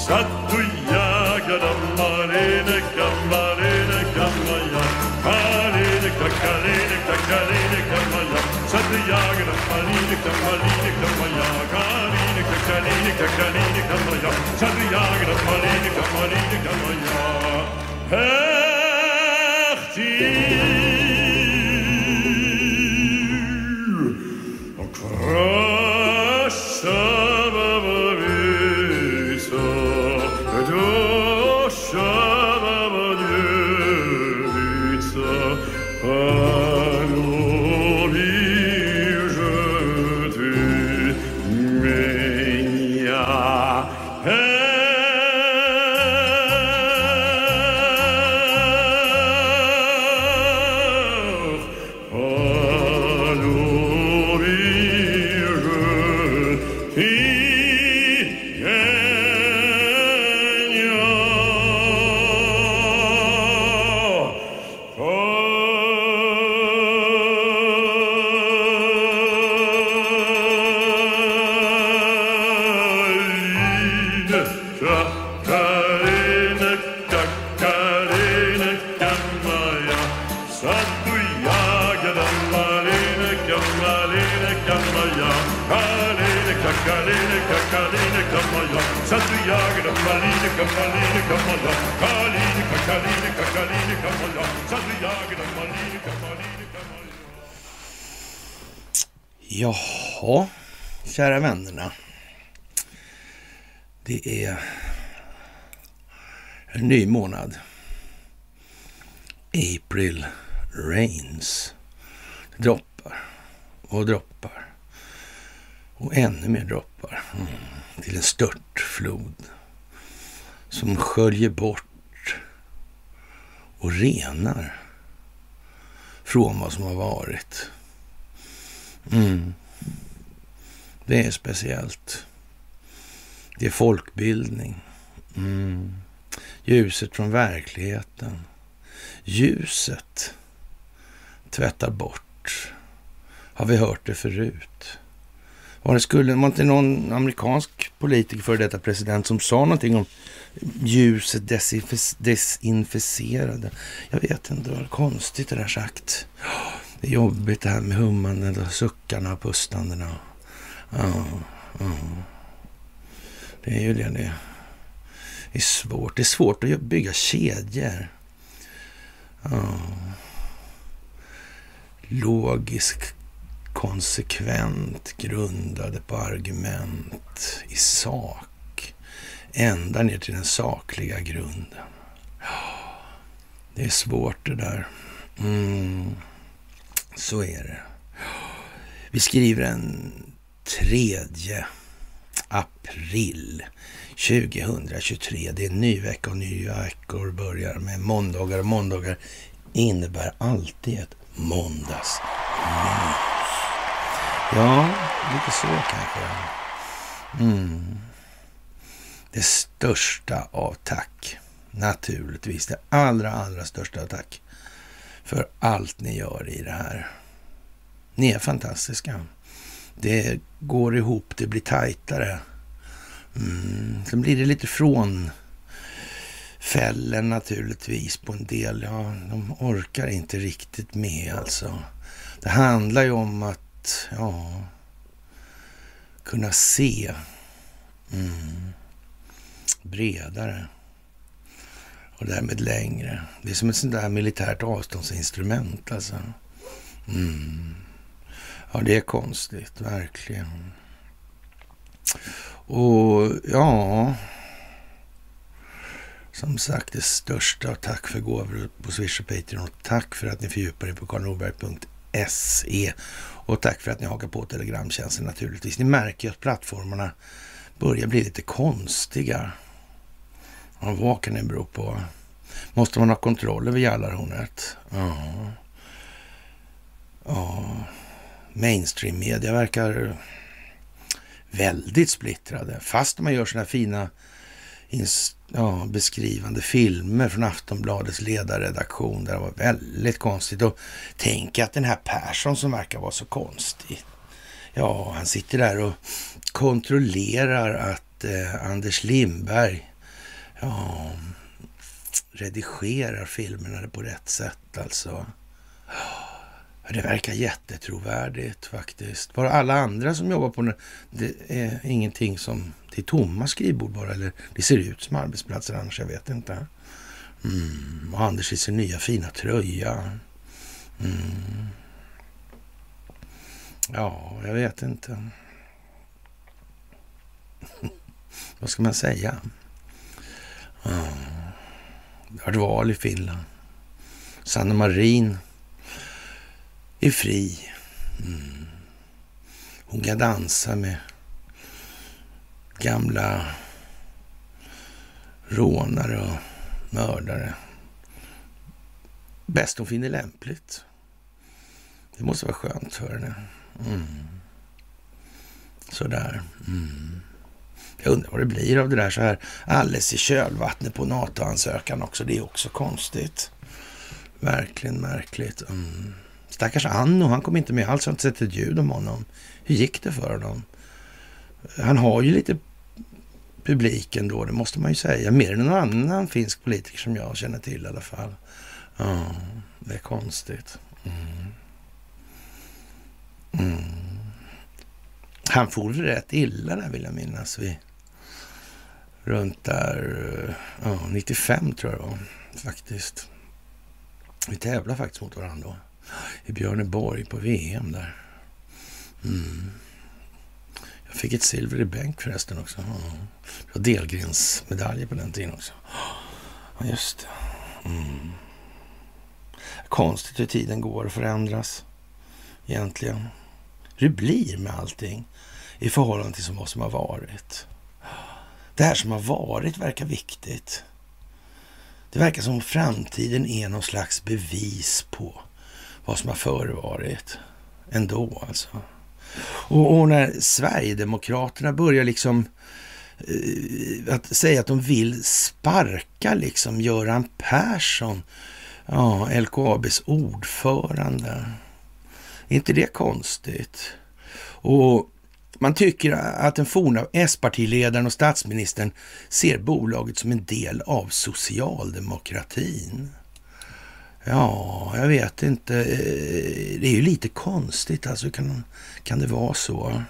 satt och jagade Marinika, Marinika, Maja. Marinika, Marinika, Marinika, Maja. Satt och jagade Marinika, Marinika, Maja. Marinika, Marinika, Marinika, Maja. Satt och jagade Marinika, Marinika, Maja. Och krasa visa, dosha visa, Jaha, kära vännerna. Det är en ny månad. April rains. Det droppar och droppar. Och ännu mer droppar. Till en störtflod. Som sköljer bort och renar från vad som har varit. Det är speciellt. Det är folkbildning. Ljuset från verkligheten. Ljuset tvättar bort. Har vi hört det förut? Var inte någon amerikansk politiker för detta president som sa någonting om ljuset desinficerade? Jag vet inte, det var konstigt det där sagt. Det är jobbigt det här med hummandet och suckarna och pustandena. Det är ju det. Det är svårt. Det är svårt att bygga kedjor. Logiskt, konsekvent, grundade på argument i sak. Ända ner till den sakliga grunden. Det är svårt det där. Så är det. Vi skriver den 3 april 2023. Det är en ny vecka och nya veckor börjar med måndagar. Och måndagar innebär alltid ett måndagsmys. Ja, lite så kanske. Det största av tack. Naturligtvis det allra största av tack. För allt ni gör i det här. Ni är fantastiska. Det går ihop, det blir tajtare. Sen blir det lite från fällen naturligtvis på en del. Ja, de orkar inte riktigt med alltså. Det handlar ju om att kunna se bredare. Och därmed längre. Det är som ett sånt där militärt avståndsinstrument alltså. Ja, det är konstigt, verkligen. Och som sagt, det största tack för gåvor på Swish och Patreon. Och tack för att ni fördjupar er på karlnorberg.se. Och tack för att ni hakar på Telegramtjänsten naturligtvis. Ni märker ju att plattformarna börjar bli lite konstiga. Ja, vad kan det bero på? Måste man ha kontroll över jallarhornet? Ja. Mainstream-media verkar väldigt splittrade. Fast man gör såna fina beskrivande filmer från Aftonbladets ledarredaktion där det var väldigt konstigt. Och tänk att den här Persson som verkar vara så konstig. Ja, han sitter där och kontrollerar att Anders Lindberg ja, redigerar filmerna på rätt sätt alltså. Det verkar jättetrovärdigt faktiskt. Bara alla andra som jobbar på det är ingenting som till tomma skrivbord bara, eller det ser ut som arbetsplatser annars, jag vet inte. Och Anders i sin nya fina tröja. Ja, jag vet inte. Vad ska man säga? Det har varit val i Finland. Sanna Marin är fri. Hon kan dansa med gamla rånare och mördare. Bäst hon finner lämpligt. Det måste vara skönt för henne. Sådär. Jag undrar vad det blir av det där så här alldeles i kölvattnet på NATO-ansökan också. Det är också konstigt. Verkligen märkligt. Stackars Anno, han kom inte med alls. Jag har inte sett ett ljud om honom. Hur gick det för honom? Han har ju lite publiken då, det måste man ju säga. Mer än någon annan finsk politiker som jag känner till i alla fall. Ja, det är konstigt. Han får rätt illa där, vill jag minnas. Runt där 95 tror jag det var, faktiskt. Vi tävlar faktiskt mot varandra då. I Björneborg på VM där. Jag fick ett silver i bänk förresten också. Det var delgrensmedaljer på den tiden också. Ja, just det. Konstigt hur tiden går och förändras egentligen. Hur det blir med allting i förhållande till vad som har varit. Det här som har varit verkar viktigt. Det verkar som framtiden är någon slags bevis på vad som har förevarit. Ändå alltså. Och när Sverigedemokraterna börjar liksom att säga att de vill sparka liksom Göran Persson, LKABs ordförande. Är inte det konstigt? Och man tycker att den forna S-partiledaren och statsministern ser bolaget som en del av socialdemokratin. Ja, jag vet inte. Det är ju lite konstigt. Alltså kan det vara så?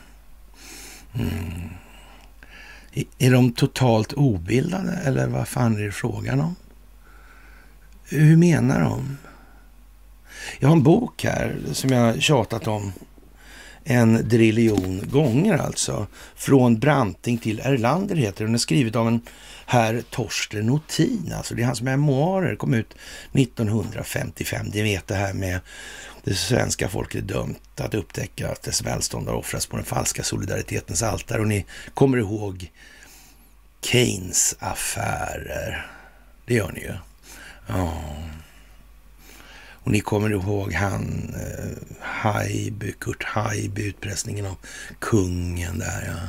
Är de totalt obildade eller vad fan är det frågan om? Hur menar de? Jag har en bok här som jag tjatat om en driljon gånger alltså. Från Branting till Erlander heter den. Den är skrivet av en herr Torsten Nothin. Alltså det är hans memoarer. Kom ut 1955. Det vet det här med det svenska folket är dömt att upptäcka att dess välstånd har offrats på den falska solidaritetens altare. Och ni kommer ihåg Keynes affärer. Det gör ni ju. Ja. Och ni kommer ihåg Kurt Haijby, utpressningen av kungen där, ja.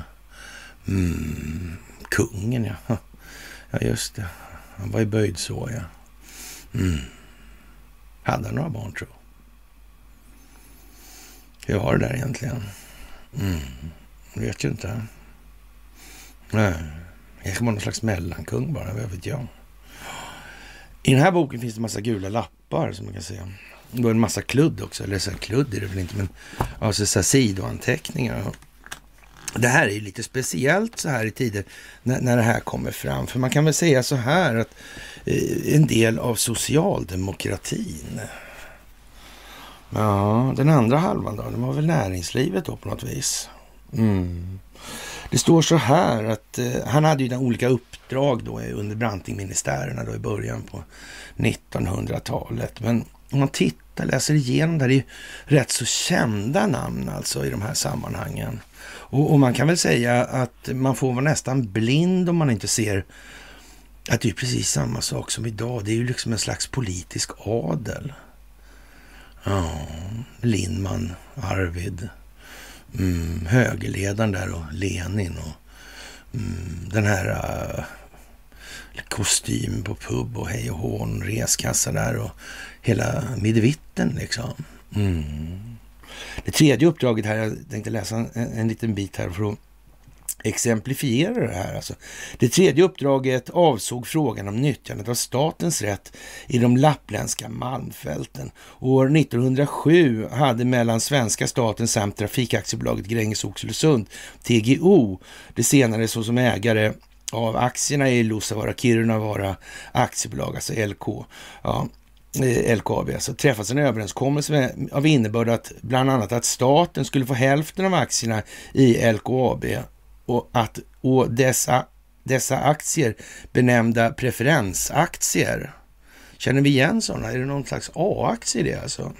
Kungen, ja. Ja, just det. Han var ju böjd så, ja. Hade han några barn, tror jag. Hur var det där egentligen? Jag vet ju inte. Nej. Jag kan vara någon slags mellankung bara, vad vet jag. I den här boken finns det en massa gula lappar som man kan säga. Det var en massa kludd också, eller så här kludd är det väl inte, men alltså så här sidoanteckningar. Det här är ju lite speciellt så här i tider när det här kommer fram. För man kan väl säga så här att en del av socialdemokratin. Ja, den andra halvan då, det var väl näringslivet då på något vis. Det står så här att han hade ju olika uppdrag då under Branting-ministärerna då i början på 1900-talet. Men om man läser igenom det är ju rätt så kända namn alltså i de här sammanhangen. Och man kan väl säga att man får vara nästan blind om man inte ser att det är precis samma sak som idag. Det är ju liksom en slags politisk adel. Ja, Lindman, Arvid, högerledaren där och Lenin och den här kostym på pub och hej och hån, reskassa där och hela midvitten liksom. Det tredje uppdraget här, jag tänkte läsa en liten bit här för att exemplifierar det här. Alltså. Det tredje uppdraget avsåg frågan om nyttjandet av statens rätt i de lappländska malmfälten. År 1907 hade mellan svenska staten samt trafikaktiebolaget Gränges Oxelösund, TGO, det senare såsom ägare av aktierna i Luossavaara-Kiirunavaara aktiebolag, alltså LKAB, alltså träffats en överenskommelse av innebörd att bland annat att staten skulle få hälften av aktierna i LKAB och dessa aktier benämnda preferensaktier. Känner vi igen sådana? Är det någon slags A-aktie det alltså?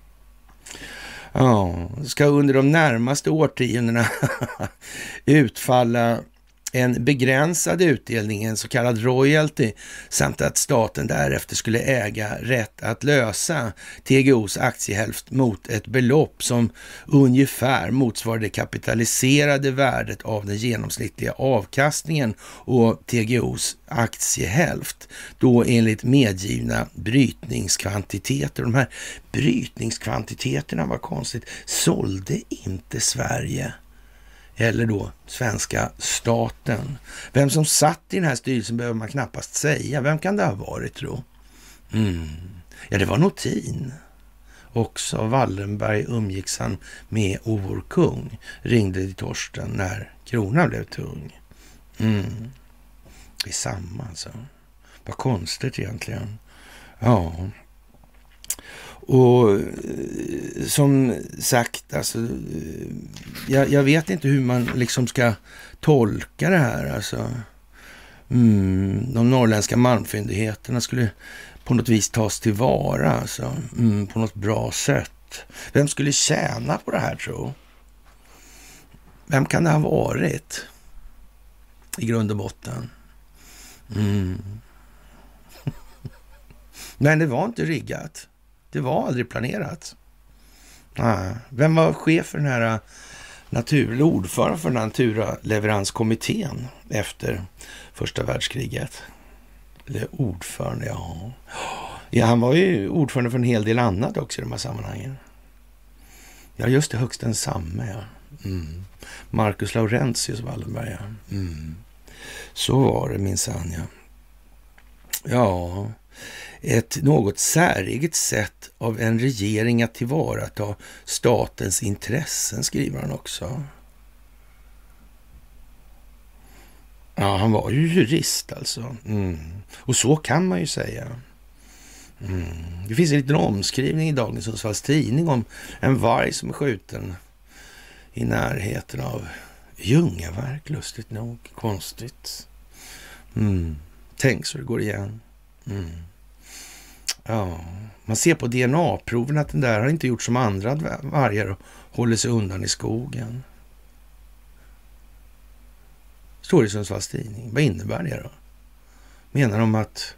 Ja, ska under de närmaste årtiondena utfalla en begränsad utdelning, en så kallad royalty, samt att staten därefter skulle äga rätt att lösa TGOs aktiehälft mot ett belopp som ungefär motsvarar det kapitaliserade värdet av den genomsnittliga avkastningen och TGOs aktiehälft, då enligt medgivna brytningskvantiteter. De här brytningskvantiteterna var konstigt. Sålde inte Sverige eller då svenska staten? Vem som satt i den här styrelsen behöver man knappast säga. Vem kan det ha varit, tro? Ja, det var Notin. Också Wallenberg umgicks han med vår kung. Ringde till Torsten när kronan blev tung. Det är samma alltså. Vad konstigt egentligen. Ja. Och som sagt, alltså, jag vet inte hur man liksom ska tolka det här. Alltså. De norrländska malmfyndigheterna skulle på något vis tas tillvara, alltså, på något bra sätt. Vem skulle tjäna på det här, tror? Vem kan det ha varit i grund och botten? Men det var inte riggat. Det var aldrig planerat. Vem var chef för den här ordförande för naturleveranskommittén efter första världskriget? Eller ordförande, ja. Ja, han var ju ordförande för en hel del annat också i de här sammanhangen. Ja, just det, högst en samme, ja. Marcus Laurentius Wallenberg, ja. Så var det minsann, ja. Ja, ett något säreget sätt av en regering att tillvarata statens intressen, skriver han också. Ja, han var ju jurist alltså. Och så kan man ju säga. Det finns en liten omskrivning i dagens Sundsvalls tidning om en varg som är skjuten i närheten av Ljungaverk, lustigt nog. Konstigt. Tänk så det går igen. Ja, man ser på DNA-proven att den där har inte gjort som andra vargar och håller sig undan i skogen. Står i Sundsvalls tidning. Vad innebär det då? Menar de att...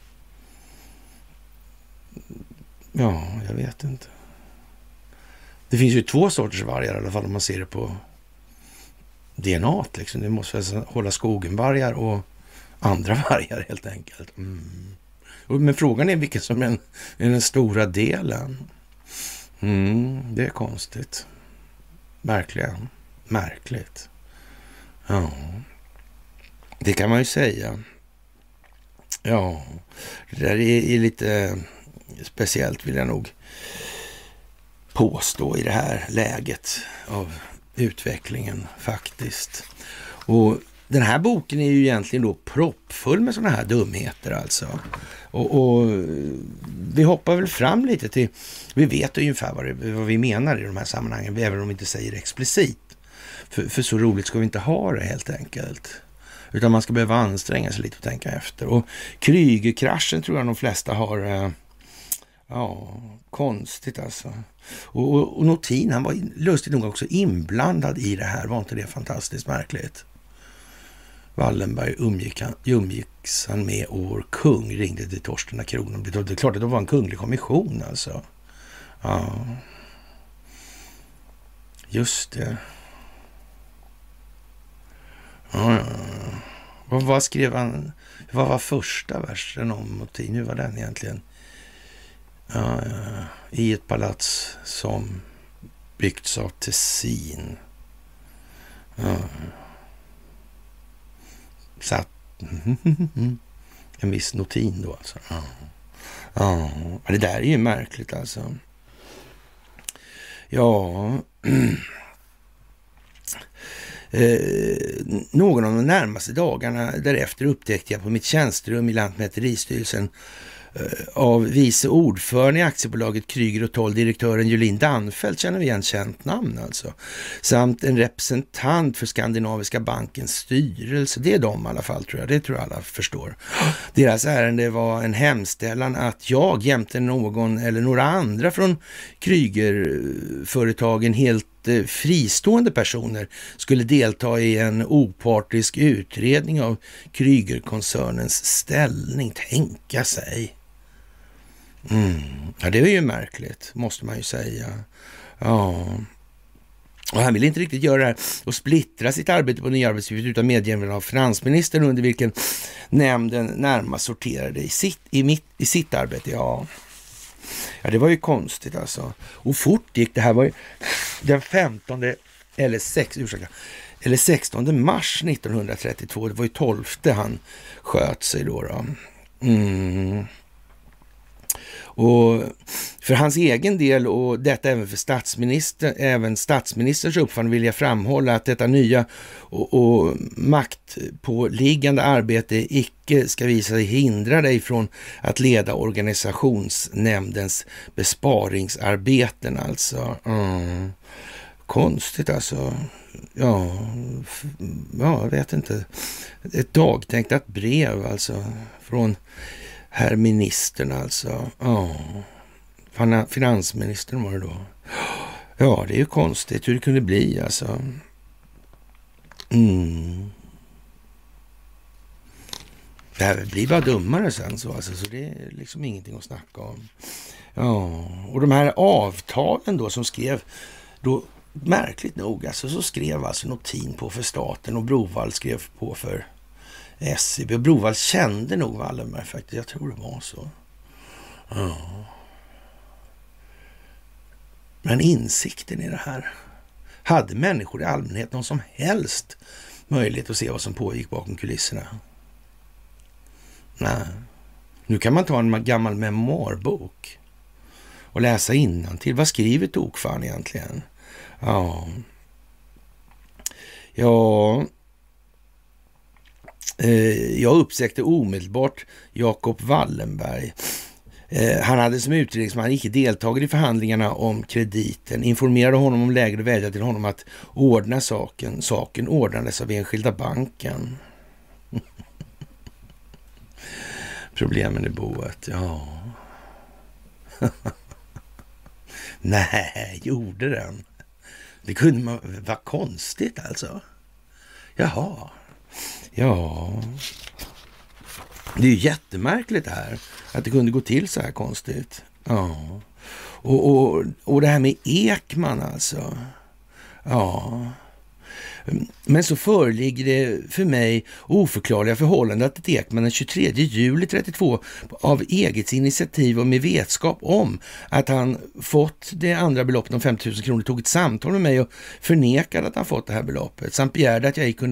Ja, jag vet inte. Det finns ju 2 sorters vargar i alla fall om man ser det på DNA liksom. Det måste hålla skogenvargar och andra vargar helt enkelt. Men frågan är vilken som är den stora delen. Det är konstigt. Verkligen. Märkligt. Ja. Det kan man ju säga. Ja. Det där är lite speciellt, vill jag nog påstå, i det här läget av utvecklingen faktiskt. Och den här boken är ju egentligen då proppfull med sådana här dumheter alltså. Och vi hoppar väl fram lite till, vi vet ungefär vad vi menar i de här sammanhangen, även om vi inte säger explicit. För så roligt ska vi inte ha det helt enkelt. Utan man ska behöva anstränga sig lite och tänka efter. Och Krügerkraschen tror jag de flesta har, konstigt alltså. Och Notin, han var lustigt nog också inblandad i det här, var inte det fantastiskt märkligt? Wallenberg umgicks han med vår kung, ringde till Torsten när kronan blev. Det är klart att det var en kunglig kommission alltså. Ja. Just det. Ja. Vad skrev han? Vad var första versen om Notin? Hur var den egentligen? Ja. I ett palats som byggts av Tessin. Ja. satt en viss notin då alltså. Ja, det där är ju märkligt alltså. Ja, någon av de närmaste dagarna därefter upptäckte jag på mitt tjänsterum i Lantmäteristyrelsen av vice ordförande i aktiebolaget Kryger och Toll, direktören Julin Danfelt, känner vi igen, känt namn alltså, samt en representant för Skandinaviska bankens styrelse. Det är de i alla fall, tror jag. Det tror jag alla förstår. Deras ärende var en hemställan att jag jämte någon eller några andra från Kryger-företagen, helt fristående personer, skulle delta i en opartisk utredning av Kryger-koncernens ställning. Tänka sig. Ja, det är ju märkligt, måste man ju säga. Ja. Och han ville inte riktigt göra det här och splittra sitt arbete på nya arbetslivet utan medgivande av finansministern, under vilken nämnden närmast sorterade i sitt arbete. Ja, det var ju konstigt alltså. Och fort gick det här. Var ju den 16 mars 1932. Det var ju 12 han sköt sig då. Och för hans egen del, och detta även för statsministerns uppfattning, vill jag framhålla att detta nya och maktpåliggande arbete icke ska visa sig hindra dig från att leda organisationsnämndens besparingsarbeten alltså. Konstigt alltså. Ja, jag vet inte. Ett dagtänktat brev alltså från herr ministern alltså. Finansministern var det då. Ja, det är ju konstigt hur det kunde bli alltså. Det här blir bara dummare sen så alltså, så det är liksom ingenting att snacka om. Ja, och de här avtalen då som skrev då, märkligt nog alltså, så skrev alltså Notin på för staten och Brovall skrev på för SEB. Och Brovall kände nog Wallenberg faktiskt. Jag tror det var så. Ja. Men insikten i det här. Hade människor i allmänhet någon som helst möjlighet att se vad som pågick bakom kulisserna? Nej. Nu kan man ta en gammal memoarbok och läsa innantill. Vad skriver tokfan egentligen? Jag upptäckte omedelbart Jacob Wallenberg. Han hade som utredningsman icke deltagit i förhandlingarna om krediten, informerade honom om läget och vädjade till honom att ordna saken. Saken ordnades av Enskilda banken. Problemen i boet, ja. Nej, gjorde den. Det kunde man, vad konstigt alltså. Jaha. Ja, det är ju jättemärkligt det här, att det kunde gå till så här konstigt. Ja, och det här med Ekman alltså. Ja, men så föreligger det för mig oförklarliga förhållandet att Ekman den 23 juli 32 av eget initiativ och med vetskap om att han fått det andra beloppet om 5 000 kronor tog ett samtal med mig och förnekade att han fått det här beloppet samt begärde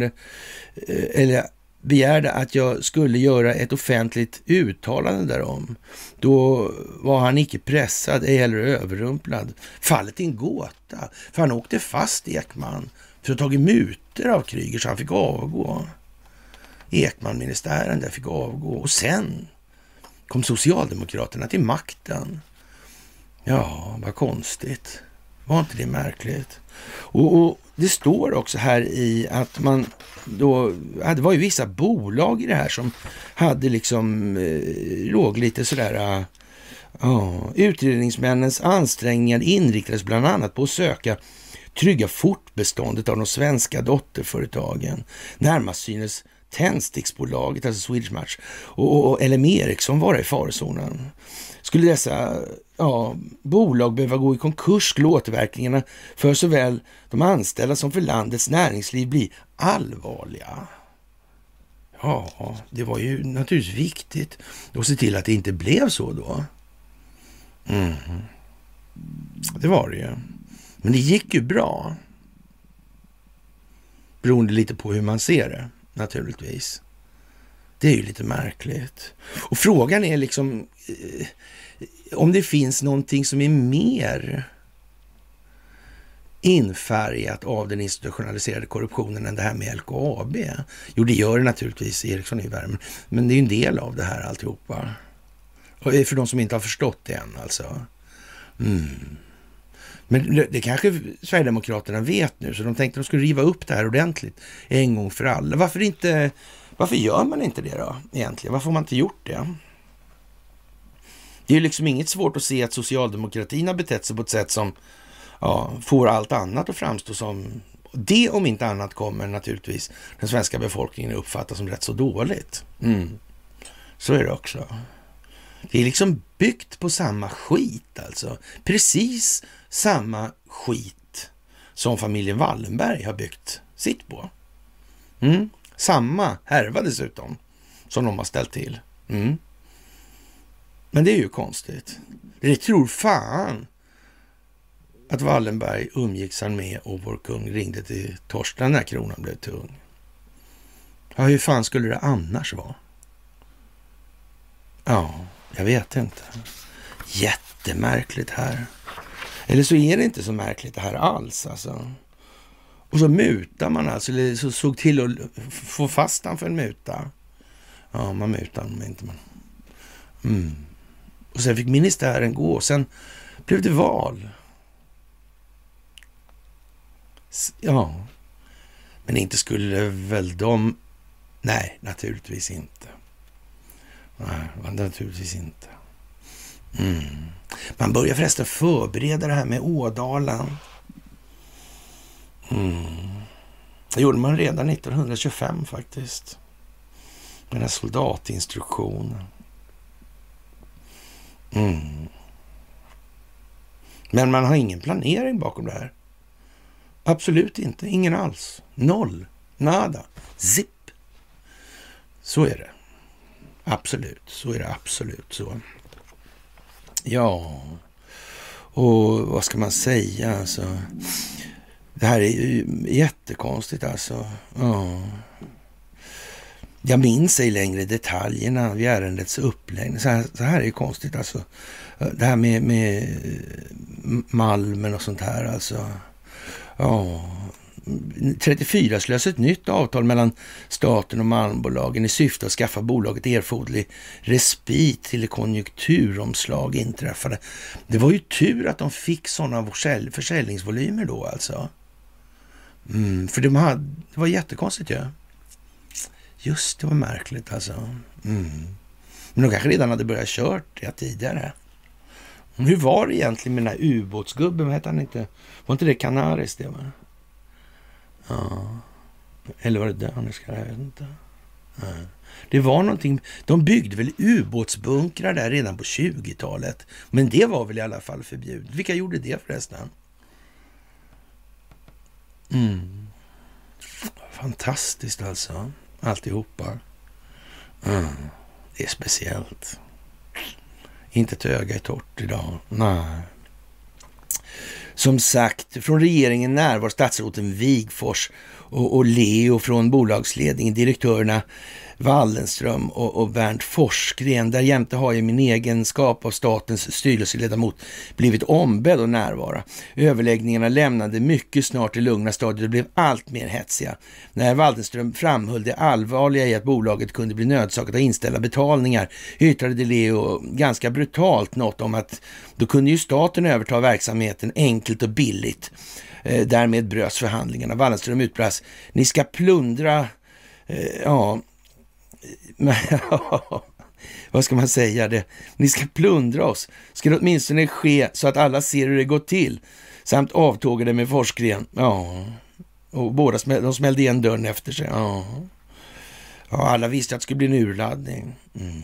att jag skulle göra ett offentligt uttalande därom. Då var han icke pressad eller överrumplad. Fallet är en gåta, för han åkte fast Ekman för att ha tagit mutor av Kryger så han fick avgå. Ekman-ministären där fick avgå. Och sen kom Socialdemokraterna till makten. Ja, vad konstigt. Var inte det märkligt? Och det står också här i att man då, det var ju vissa bolag i det här som hade liksom låg lite sådär, utredningsmännens ansträngningar inriktades bland annat på att söka trygga fortbeståndet av de svenska dotterföretagen. Närmast synes Tändsticksbolaget, alltså Swedish Match, och LM Ericsson vara i farozonen. Skulle dessa bolag behöva gå i konkurs skulle återverkningarna för såväl de anställda som för landets näringsliv bli allvarliga. Ja, det var ju naturligtvis viktigt att se till att det inte blev så då. Det var det ju. Men det gick ju bra. Beroende lite på hur man ser det, naturligtvis. Det är ju lite märkligt. Och frågan är liksom om det finns någonting som är mer infärgat av den institutionaliserade korruptionen än det här med LKAB. Jo, det gör det naturligtvis, Eriksson i Värmen. Men det är ju en del av det här alltihopa. Och för de som inte har förstått det än alltså. Men det kanske Sverigedemokraterna vet nu, så de tänkte att de skulle riva upp det här ordentligt en gång för alla. Varför gör man inte det då egentligen? Varför har man inte gjort det? Det är ju liksom inget svårt att se att socialdemokratin har betett sig på ett sätt som får allt annat att framstå som... Det om inte annat kommer naturligtvis den svenska befolkningen att uppfatta som rätt så dåligt. Så är det också. Det är liksom byggt på samma skit alltså. Precis samma skit som familjen Wallenberg har byggt sitt på. Samma härva dessutom som de har ställt till. Men det är ju konstigt. Det tror fan att Wallenberg umgicks han med och vår kung ringde till Torsten när kronan blev tung. Ja, hur fan skulle det annars vara? Ja, jag vet inte. Jättemärkligt här. Eller så är det inte så märkligt det här alls alltså. Och så mutar man alltså, eller så såg till att få fast han för en muta. Ja, man mutar honom inte man. Och sen fick ministären gå och sen blev det val. Ja, men inte skulle väl de... Nej, naturligtvis inte. Nej, naturligtvis inte. Man börjar förresten förbereda det här med Ådalen. Det gjorde man redan 1925 faktiskt. Den här soldatinstruktionen. Men man har ingen planering bakom det här. Absolut inte. Ingen alls. Noll. Nada. Zip. Så är det. Absolut. Så är det absolut så. Ja. Och vad ska man säga alltså? Det här är ju jättekonstigt alltså. Ja. Jag minns ej längre detaljerna vid ärendets uppläggning. Så här är ju konstigt alltså. Det här med Malmen och sånt här alltså. Ja, 34 slös ett nytt avtal mellan staten och Malmbolagen i syfte att skaffa bolaget erforderlig respit till konjunkturomslag inträffade. Det var ju tur att de fick sådana försäljningsvolymer då alltså. För det var jättekonstigt ju. Ja. Just det, var märkligt alltså. Men de kanske redan hade börjat kört det tidigare. Hur var det egentligen med den här ubåtsgubben? Hette han inte? Var inte det Canaris det va? Ja. Eller var det Dönerska? Jag vet inte. Ja. Det var någonting. De byggde väl ubåtsbunkrar där redan på 20-talet. Men det var väl i alla fall förbjudet. Vilka gjorde det förresten? Fantastiskt alltså. Alltihopa. Det är speciellt. Inte ett öga är torrt idag. Nej. Som sagt, från regeringen närvar statsråden Wigforss och Leo från bolagsledningen, direktörerna Wallenström och Bernt Forsgren. Där jämte har jag min egenskap av statens styrelseledamot blivit ombedd att närvara. Överläggningarna lämnade mycket snart det lugna stadiet och blev allt mer hetsiga. När Wallenström framhöll det allvarliga i att bolaget kunde bli nödsakat att inställa betalningar yttrade Leo ganska brutalt något om att då kunde ju staten överta verksamheten enkelt och billigt. Därmed bröts förhandlingarna. Wallenström utbrast: ni ska plundra... vad ska man säga det? Ni ska plundra oss. Ska det åtminstone ske så att alla ser hur det går till. Samt avtågade med Forsgren. Ja. Och båda de smällde igen dörren efter sig. Ja. Alla visste att det skulle bli en urladdning.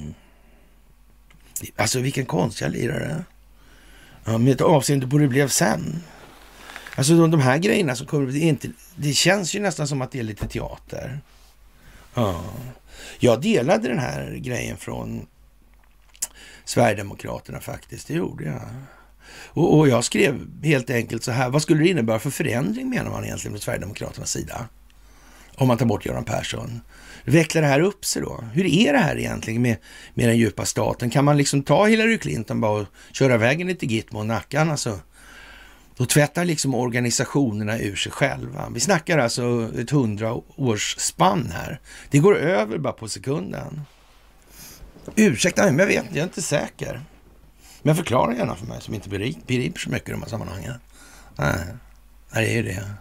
Alltså vilken konstiga lirare. Ja, med ett avseende på det blev sen. Alltså de här grejerna som kommer, det känns ju nästan som att det är lite teater. Ja. Jag delade den här grejen från Sverigedemokraterna faktiskt, det gjorde jag. Och jag skrev helt enkelt så här: vad skulle det innebära för förändring menar man egentligen från Sverigedemokraternas sida? Om man tar bort Göran Persson. Vecklar det här upp sig då? Hur är det här egentligen med den djupa staten? Kan man liksom ta Hillary Clinton bara och köra vägen lite Gitmo och nackan alltså? Då tvättar liksom organisationerna ur sig själva. Vi snackar alltså ett 100-årsspann här. Det går över bara på sekunden. Ursäkta mig, men jag vet inte, jag är inte säker. Men förklara gärna för mig som inte begriper så mycket i de här sammanhangen. Nej, det är ju det.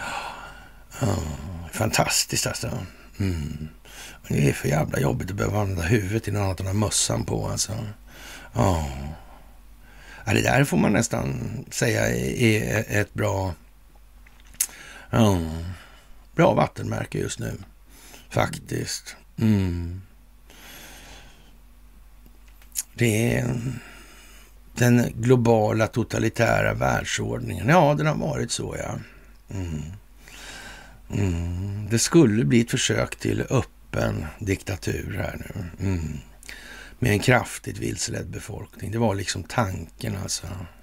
Fantastiskt alltså. Det är för jävla jobbigt att behöva använda huvudet i någon annan mössan på alltså. Ja, det där får man nästan säga är ett bra vattenmärke just nu. Faktiskt. Det är den globala totalitära världsordningen. Ja, den har varit så, ja. Det skulle bli ett försök till öppen diktatur här nu. Med en kraftigt vilseledd befolkning. Det var liksom tanken alltså.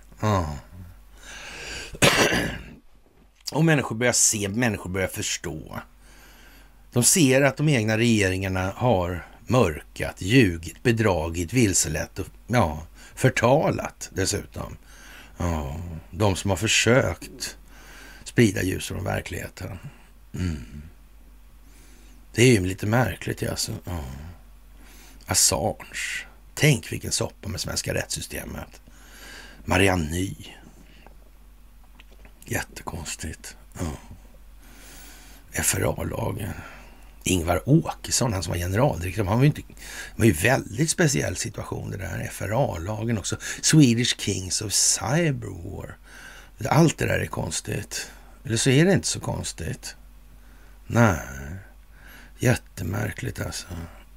Och människor börjar se, människor börjar förstå. De ser att de egna regeringarna har mörkat, ljugit, bedragit, vilselett och förtalat dessutom. De som har försökt sprida ljus om verkligheten. Det är ju lite märkligt alltså. Assange. Tänk vilken soppa med svenska rättssystemet. Marianne Ny. Jättekonstigt. FRA-lagen. Ingvar Åkesson, han som var generaldirektör, han var ju väldigt speciell situation det där. FRA-lagen också. Swedish Kings of Cyberwar. Allt det där är konstigt. Eller så är det inte så konstigt. Nej. Jättemärkligt alltså.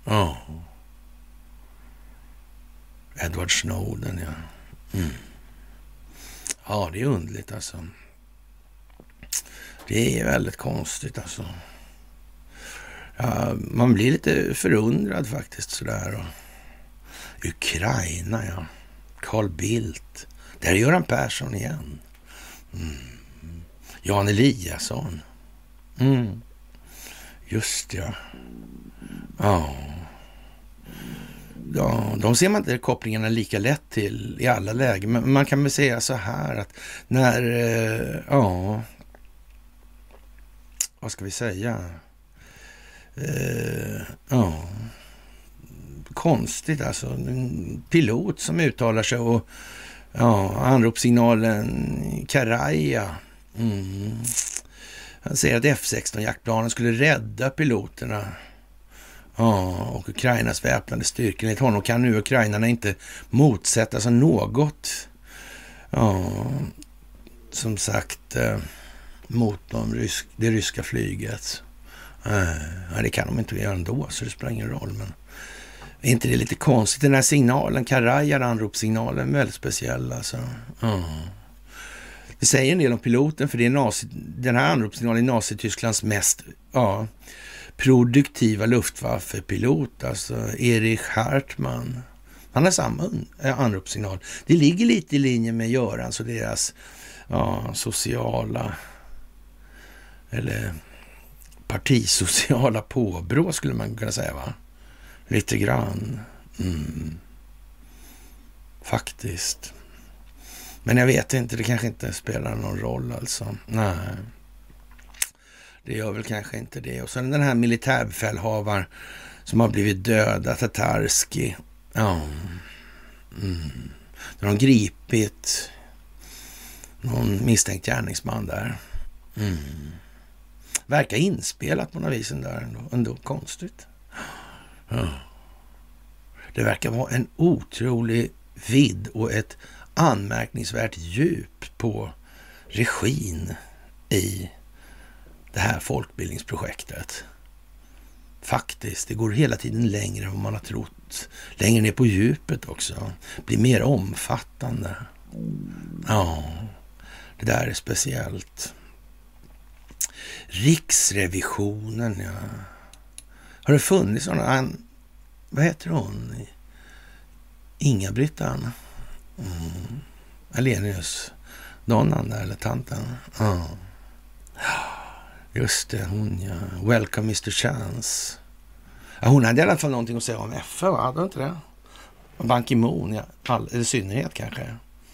Edward Snowden, ja. Ja, det är underligt alltså. Det är väldigt konstigt alltså. Ja, man blir lite förundrad faktiskt sådär. Och Ukraina, ja. Carl Bildt. Där är Göran Persson igen. Jan Eliasson. Just ja. Ja, de ser man inte kopplingarna lika lätt till i alla lägen. Men man kan väl säga så här att när, vad ska vi säga? Konstigt alltså. En pilot som uttalar sig och anropssignalen Karaja. Han säger att F-16-jaktplanen skulle rädda piloterna. Och Ukrainas väpnade styrkor. Enligt honom kan nu ukrainarna inte motsätta sig något. Som sagt mot det ryska flyget. Det kan de inte göra ändå, så det spelar ingen roll. Men är inte det lite konstigt? Den här signalen, Karaja, anropssignalen, väldigt speciell alltså. Det säger en del om piloten, för det är den här anropssignalen är Nazitysklands mest produktiva luftwaffepilot, alltså Erich Hartmann. Han har samma anropssignal. Det ligger lite i linje med Görans och deras sociala eller partisociala påbrå skulle man kunna säga, va? Lite grann. Faktiskt. Men jag vet inte, det kanske inte spelar någon roll alltså. Nej. Det gör väl kanske inte det. Och sen den här militärbefälhavaren som har blivit döda, Tatarski. De har gripit någon misstänkt gärningsman där. Verkar inspelat på något vis där ändå konstigt. Det verkar vara en otrolig vidd och ett anmärkningsvärt djup på regin i det här folkbildningsprojektet. Faktiskt, det går hela tiden längre än vad man har trott. Längre ner på djupet också. Blir mer omfattande. Det där är speciellt. Riksrevisionen, ja. Har det funnits sådana? Vad heter hon? Inga-Brittan. Alenius. Donnan där, eller tanten. Just det, hon, ja. Welcome Mr. Chance. Ja, hon hade i alla fall någonting att säga om FN, va? Hade hon inte det? Ban Ki-moon, ja. Eller synnerhet kanske.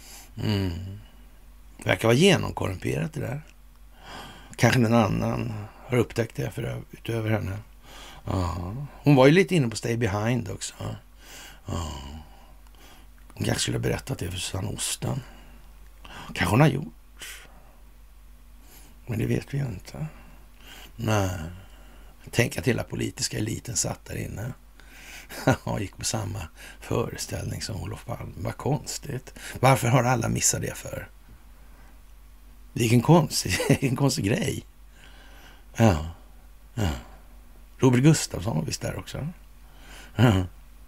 Verkar vara genomkorrumperat det där. Kanske någon annan har upptäckt det utöver henne. Ja. Hon var ju lite inne på Stay Behind också. Ja. Hon kanske skulle ha berättat det för Susanne Osten. Kanske hon har gjort. Men det vet vi ju inte. Nej. Tänk att hela politiska eliten satt där inne. Och gick på samma föreställning som Olof Palme. Vad konstigt. Varför har alla missat det för? Vilken konstig grej. Ja. Robert Gustafsson var visst där också. Ja,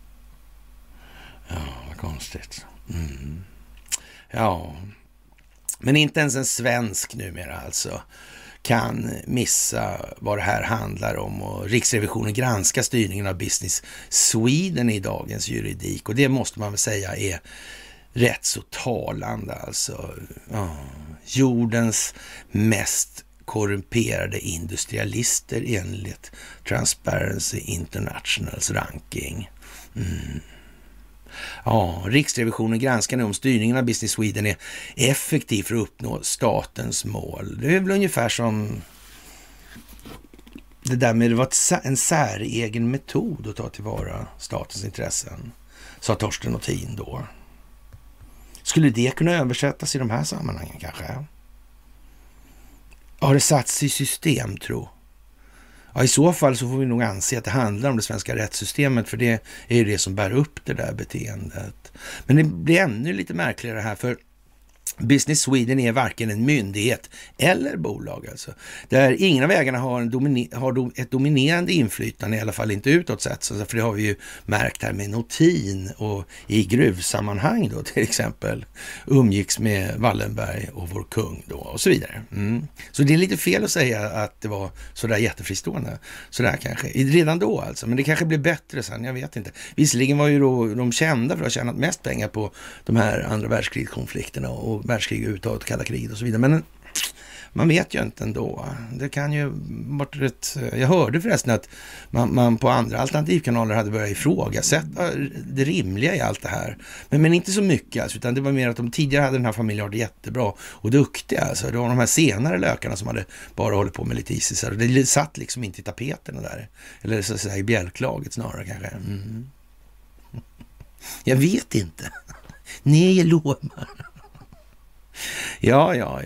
vad konstigt. Ja, men inte ens en svensk numera alltså kan missa vad det här handlar om, och Riksrevisionen granskar styrningen av Business Sweden i dagens juridik, och det måste man väl säga är rätt så talande alltså. Ja. Jordens mest korrumperade industrialister enligt Transparency Internationals ranking. Ja, Riksrevisionen granskar nu om styrningen av Business Sweden är effektiv för att uppnå statens mål. Det är väl ungefär som det där med att det var en säregen metod att ta tillvara statens intressen, sa Torsten Nothin då. Skulle det kunna översättas i de här sammanhangen kanske? Har det satts i system, tro? Ja, i så fall så får vi nog anse att det handlar om det svenska rättssystemet, för det är ju det som bär upp det där beteendet. Men det blir ännu lite märkligare här, för Business Sweden är varken en myndighet eller bolag alltså. Där ingen av ägarna har ett dominerande inflytande, i alla fall inte utåt sett. Så för det har vi ju märkt här med Nothin, och i gruvsammanhang då till exempel umgicks med Wallenberg och vår kung då och så vidare. Så det är lite fel att säga att det var sådär jättefristående. Sådär kanske. Redan då alltså. Men det kanske blir bättre sen, jag vet inte. Visserligen var ju då de kända för att ha tjänat mest pengar på de här andra världskrigskonflikterna och världskrig överhuvudtaget, kalla kriget och så vidare. Men man vet ju inte ändå. Det kan ju varit rätt... Jag hörde förresten att man på andra alternativkanaler hade börjat ifrågasätta det rimliga i allt det här. Men inte så mycket alltså, utan det var mer att de tidigare hade den här familjen varit jättebra och duktiga. Alltså. Det var de här senare lökarna som hade bara hållit på med lite isisar. Och det satt liksom inte i tapeterna där. Eller så att säga i bjälklaget snarare kanske. Jag vet inte. Nej, jag lovar. Ja.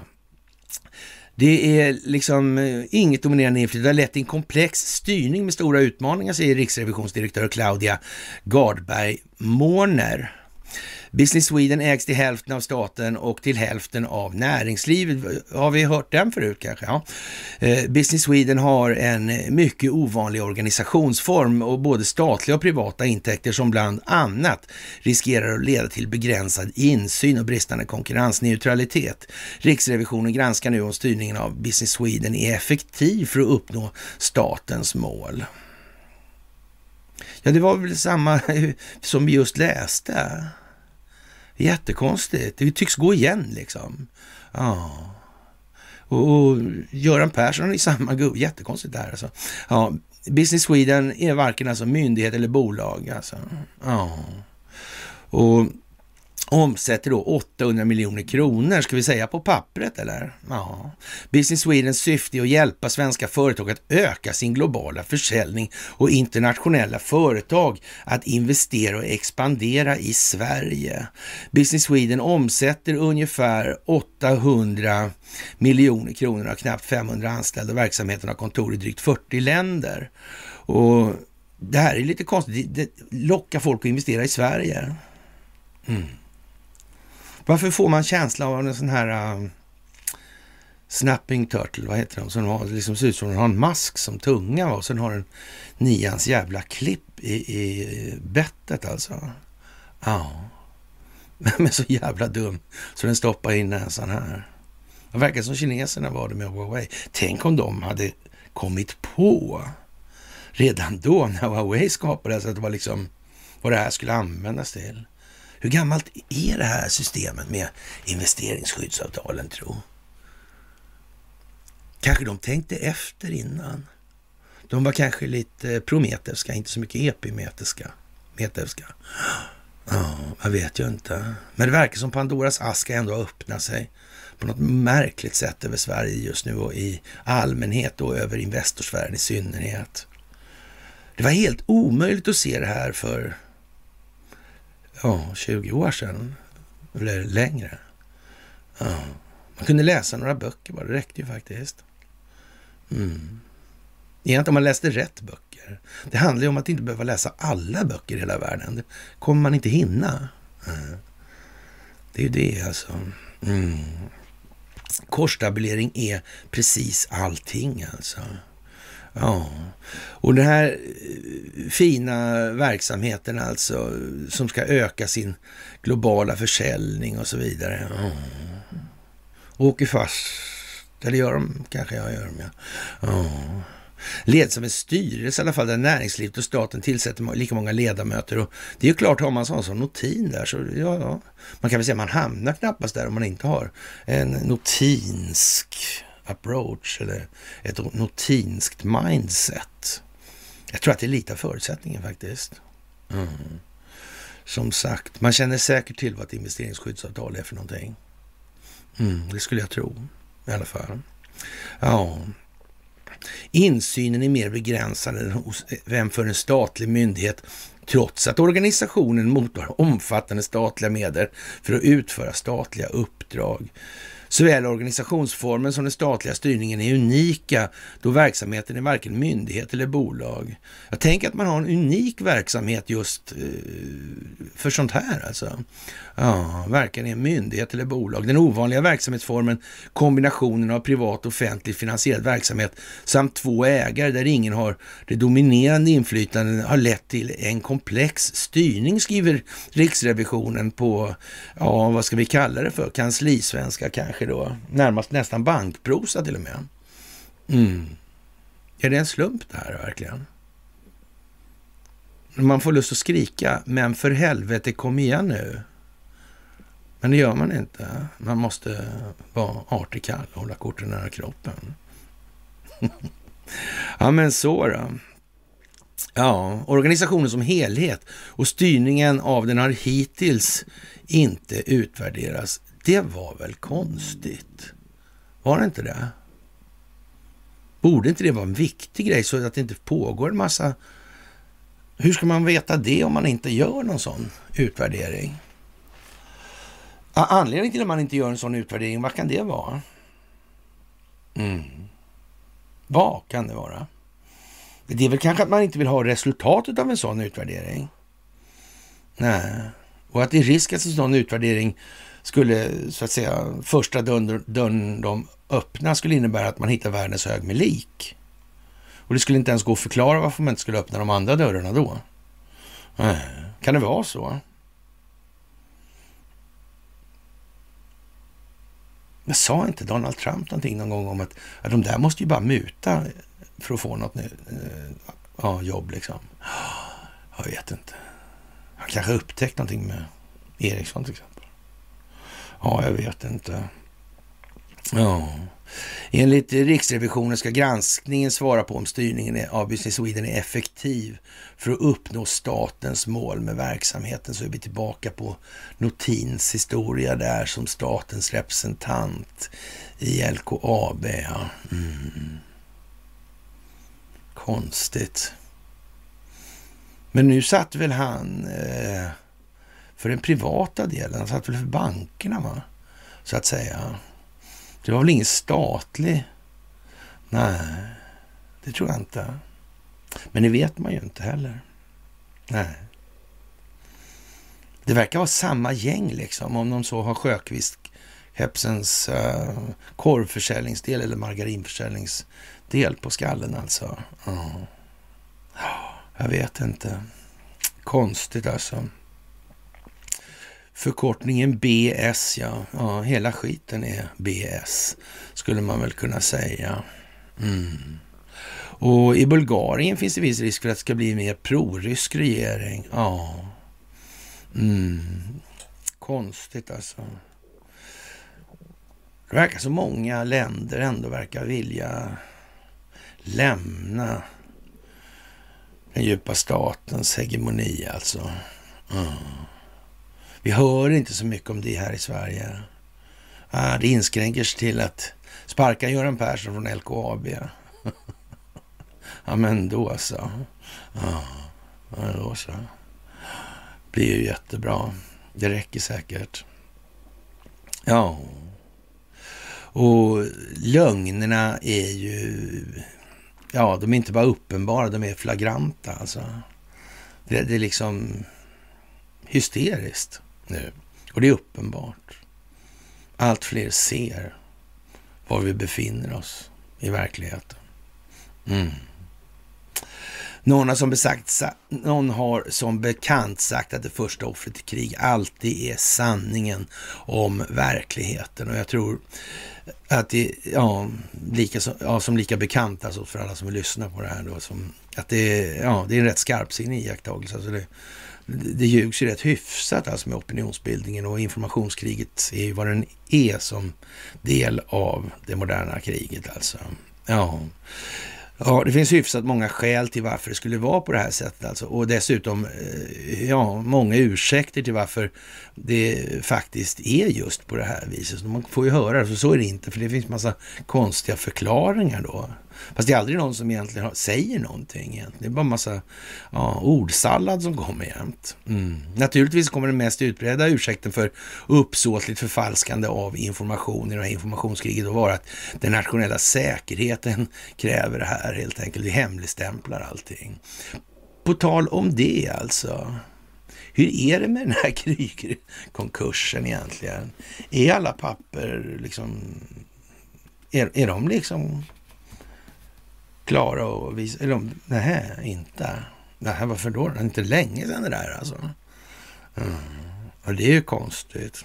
Det är liksom inget dominerande inflytande. Det har lett till en komplex styrning med stora utmaningar, säger riksrevisionsdirektör Claudia Gardberg Mårner. Business Sweden ägs till hälften av staten och till hälften av näringslivet. Har vi hört den förut kanske? Ja. Business Sweden har en mycket ovanlig organisationsform och både statliga och privata intäkter som bland annat riskerar att leda till begränsad insyn och bristande konkurrensneutralitet. Riksrevisionen granskar nu om styrningen av Business Sweden är effektiv för att uppnå statens mål. Ja, det var väl samma som vi just läste. Jättekonstigt. Det tycks gå igen liksom. Ja. Och Göran Persson i samma gubbe. Jättekonstigt där alltså. Ja. Business Sweden är varken alltså myndighet eller bolag alltså. Ja. Och omsätter då 800 miljoner kronor, ska vi säga på pappret eller? Ja. Business Swedens syfte är att hjälpa svenska företag att öka sin globala försäljning och internationella företag att investera och expandera i Sverige. Business Sweden omsätter ungefär 800 miljoner kronor och knappt 500 anställda, och verksamheten har kontor i drygt 40 länder. Och det här är lite konstigt. Det lockar folk att investera i Sverige. Varför får man känsla av en sån här snapping turtle, vad heter de? Som har, liksom ser ut som de har en mask som tunga, och sen har en 9ans jävla klipp i bettet alltså. Ja. Men så jävla dum så den stoppar in näsan här. Det verkar som kineserna var det med Huawei. Tänk om de hade kommit på redan då när Huawei skapades att det var liksom vad det här skulle användas till. Hur gammalt är det här systemet med investeringsskyddsavtalen, tro? Kanske de tänkte efter innan. De var kanske lite prometevska, inte så mycket epimetevska. Ja, jag vet ju inte. Men det verkar som Pandoras ask ändå har öppnat sig på något märkligt sätt över Sverige just nu och i allmänhet och över Investorsvärlden i synnerhet. Det var helt omöjligt att se det här för 20 år sedan eller längre. Ja. Man kunde läsa några böcker bara, det räckte ju faktiskt. Egentligen om man läste rätt böcker. Det handlar ju om att inte behöva läsa alla böcker i hela världen. Det kommer man inte hinna. Det är ju det alltså. Korstabulering är precis allting alltså. Ja, och den här fina verksamheten alltså som ska öka sin globala försäljning och så vidare. Åker fast, eller gör de, kanske jag gör dem, ja. Leds av en styrelse i alla fall där näringslivet och staten tillsätter lika många ledamöter och det är ju klart, har man sån som notin där så ja, man kan väl säga att man hamnar knappast där om man inte har en notinsk approach eller ett notinskt mindset. Jag tror att det är lite av förutsättningen faktiskt. Som sagt, man känner säkert till vad ett investeringsskyddsavtal är för någonting. Det skulle jag tro i alla fall. Ja. Insynen är mer begränsad än för en statlig myndighet trots att organisationen mottar omfattande statliga medel för att utföra statliga uppdrag. Såväl organisationsformen som den statliga styrningen är unika då verksamheten är varken myndighet eller bolag. Jag tänker att man har en unik verksamhet just för sånt här alltså. Ja, varken är myndighet eller bolag. Den ovanliga verksamhetsformen, kombinationen av privat och offentligt finansierad verksamhet samt två ägare där ingen har det dominerande inflytandet har lett till en komplex styrning, skriver Riksrevisionen på, ja vad ska vi kalla det för, kanslisvenska kanske då, närmast nästan bankprosa till och med. Är det en slump det här verkligen? Man får lust att skrika, men för helvete kom igen nu. Men det gör man inte. Man måste vara artig kall och hålla korten nära kroppen. Ja, men så då. Ja, organisationen som helhet och styrningen av den har hittills inte utvärderats. Det var väl konstigt? Var det inte det? Borde inte det vara en viktig grej så att det inte pågår en massa... Hur ska man veta det om man inte gör någon sån utvärdering? Anledningen till att man inte gör en sån utvärdering, vad kan det vara? Vad kan det vara? Det är väl kanske att man inte vill ha resultatet av en sån utvärdering. Nej. Och att det är risk att en sån utvärdering skulle, så att säga, första dörren de öppna skulle innebära att man hittar världens hög med lik. Och det skulle inte ens gå att förklara varför man inte skulle öppna de andra dörrarna då. Nej. Kan det vara så? Jag sa inte Donald Trump någonting någon gång om att de där måste ju bara muta för att få något jobb liksom. Jag vet inte. Han kanske upptäckt någonting med Ericsson till exempel. Ja, jag vet inte. Ja. Enligt Riksrevisionen ska granskningen svara på om styrningen av Business Sweden är effektiv för att uppnå statens mål med verksamheten. Så är vi tillbaka på Notins historia där som statens representant i LKAB. Ja. Konstigt. Men nu satt väl han för den privata delen, han satt väl för bankerna, va? Så att säga. Det var väl ingen statlig? Nej, det tror jag inte. Men det vet man ju inte heller. Nej. Det verkar vara samma gäng liksom, om de så har Sjöqvist Hepsens korvförsäljningsdel eller margarinförsäljningsdel på skallen alltså. Jag vet inte. Konstigt alltså. Förkortningen BS, ja, hela skiten är BS, skulle man väl kunna säga. Och i Bulgarien finns det viss risk för att det ska bli mer pro-rysk regering. Ja. Konstigt alltså. Det verkar så många länder ändå verkar vilja lämna Den djupa statens hegemoni alltså. Vi hör inte så mycket om det här i Sverige. Det inskränker sig till att sparka Göran Persson från LKAB. Ja, men då så. Då så. Det blir ju jättebra. Det räcker säkert. Ja. Och lögnerna är ju... Ja, de är inte bara uppenbara, de är flagranta alltså. Det är liksom hysteriskt nu. Och det är uppenbart. Allt fler ser var vi befinner oss i verkligheten. Någon har som bekant sagt att det första offret i krig alltid är sanningen om verkligheten. Och jag tror att det som lika bekant alltså för alla som vill lyssna på det här då, som att det är en rätt skarpsinnig iakttagelse. Alltså det ljugs ju rätt hyfsat alltså med opinionsbildningen, och informationskriget är ju vad den är som del av det moderna kriget alltså. Ja, det finns hyfsat många skäl till varför det skulle vara på det här sättet alltså. Och dessutom, många ursäkter till varför det faktiskt är just på det här viset. Så man får ju höra det, så är det inte, för det finns massa konstiga förklaringar då. Fast det är aldrig någon som egentligen säger någonting egentligen. Det är bara massa ordsallad som kommer jämt. Naturligtvis kommer den mest utbredda ursäkten för uppsåtligt förfalskande av information i det här informationskriget att vara att den nationella säkerheten kräver det här helt enkelt. Det hemligstämplar allting. På tal om det alltså. Hur är det med den här Krüger-konkursen egentligen? Är alla papper liksom... Är de liksom... klara och visa, eller nej, inte. Nej, varför då? Det är inte länge sedan det där alltså. Och det är ju konstigt.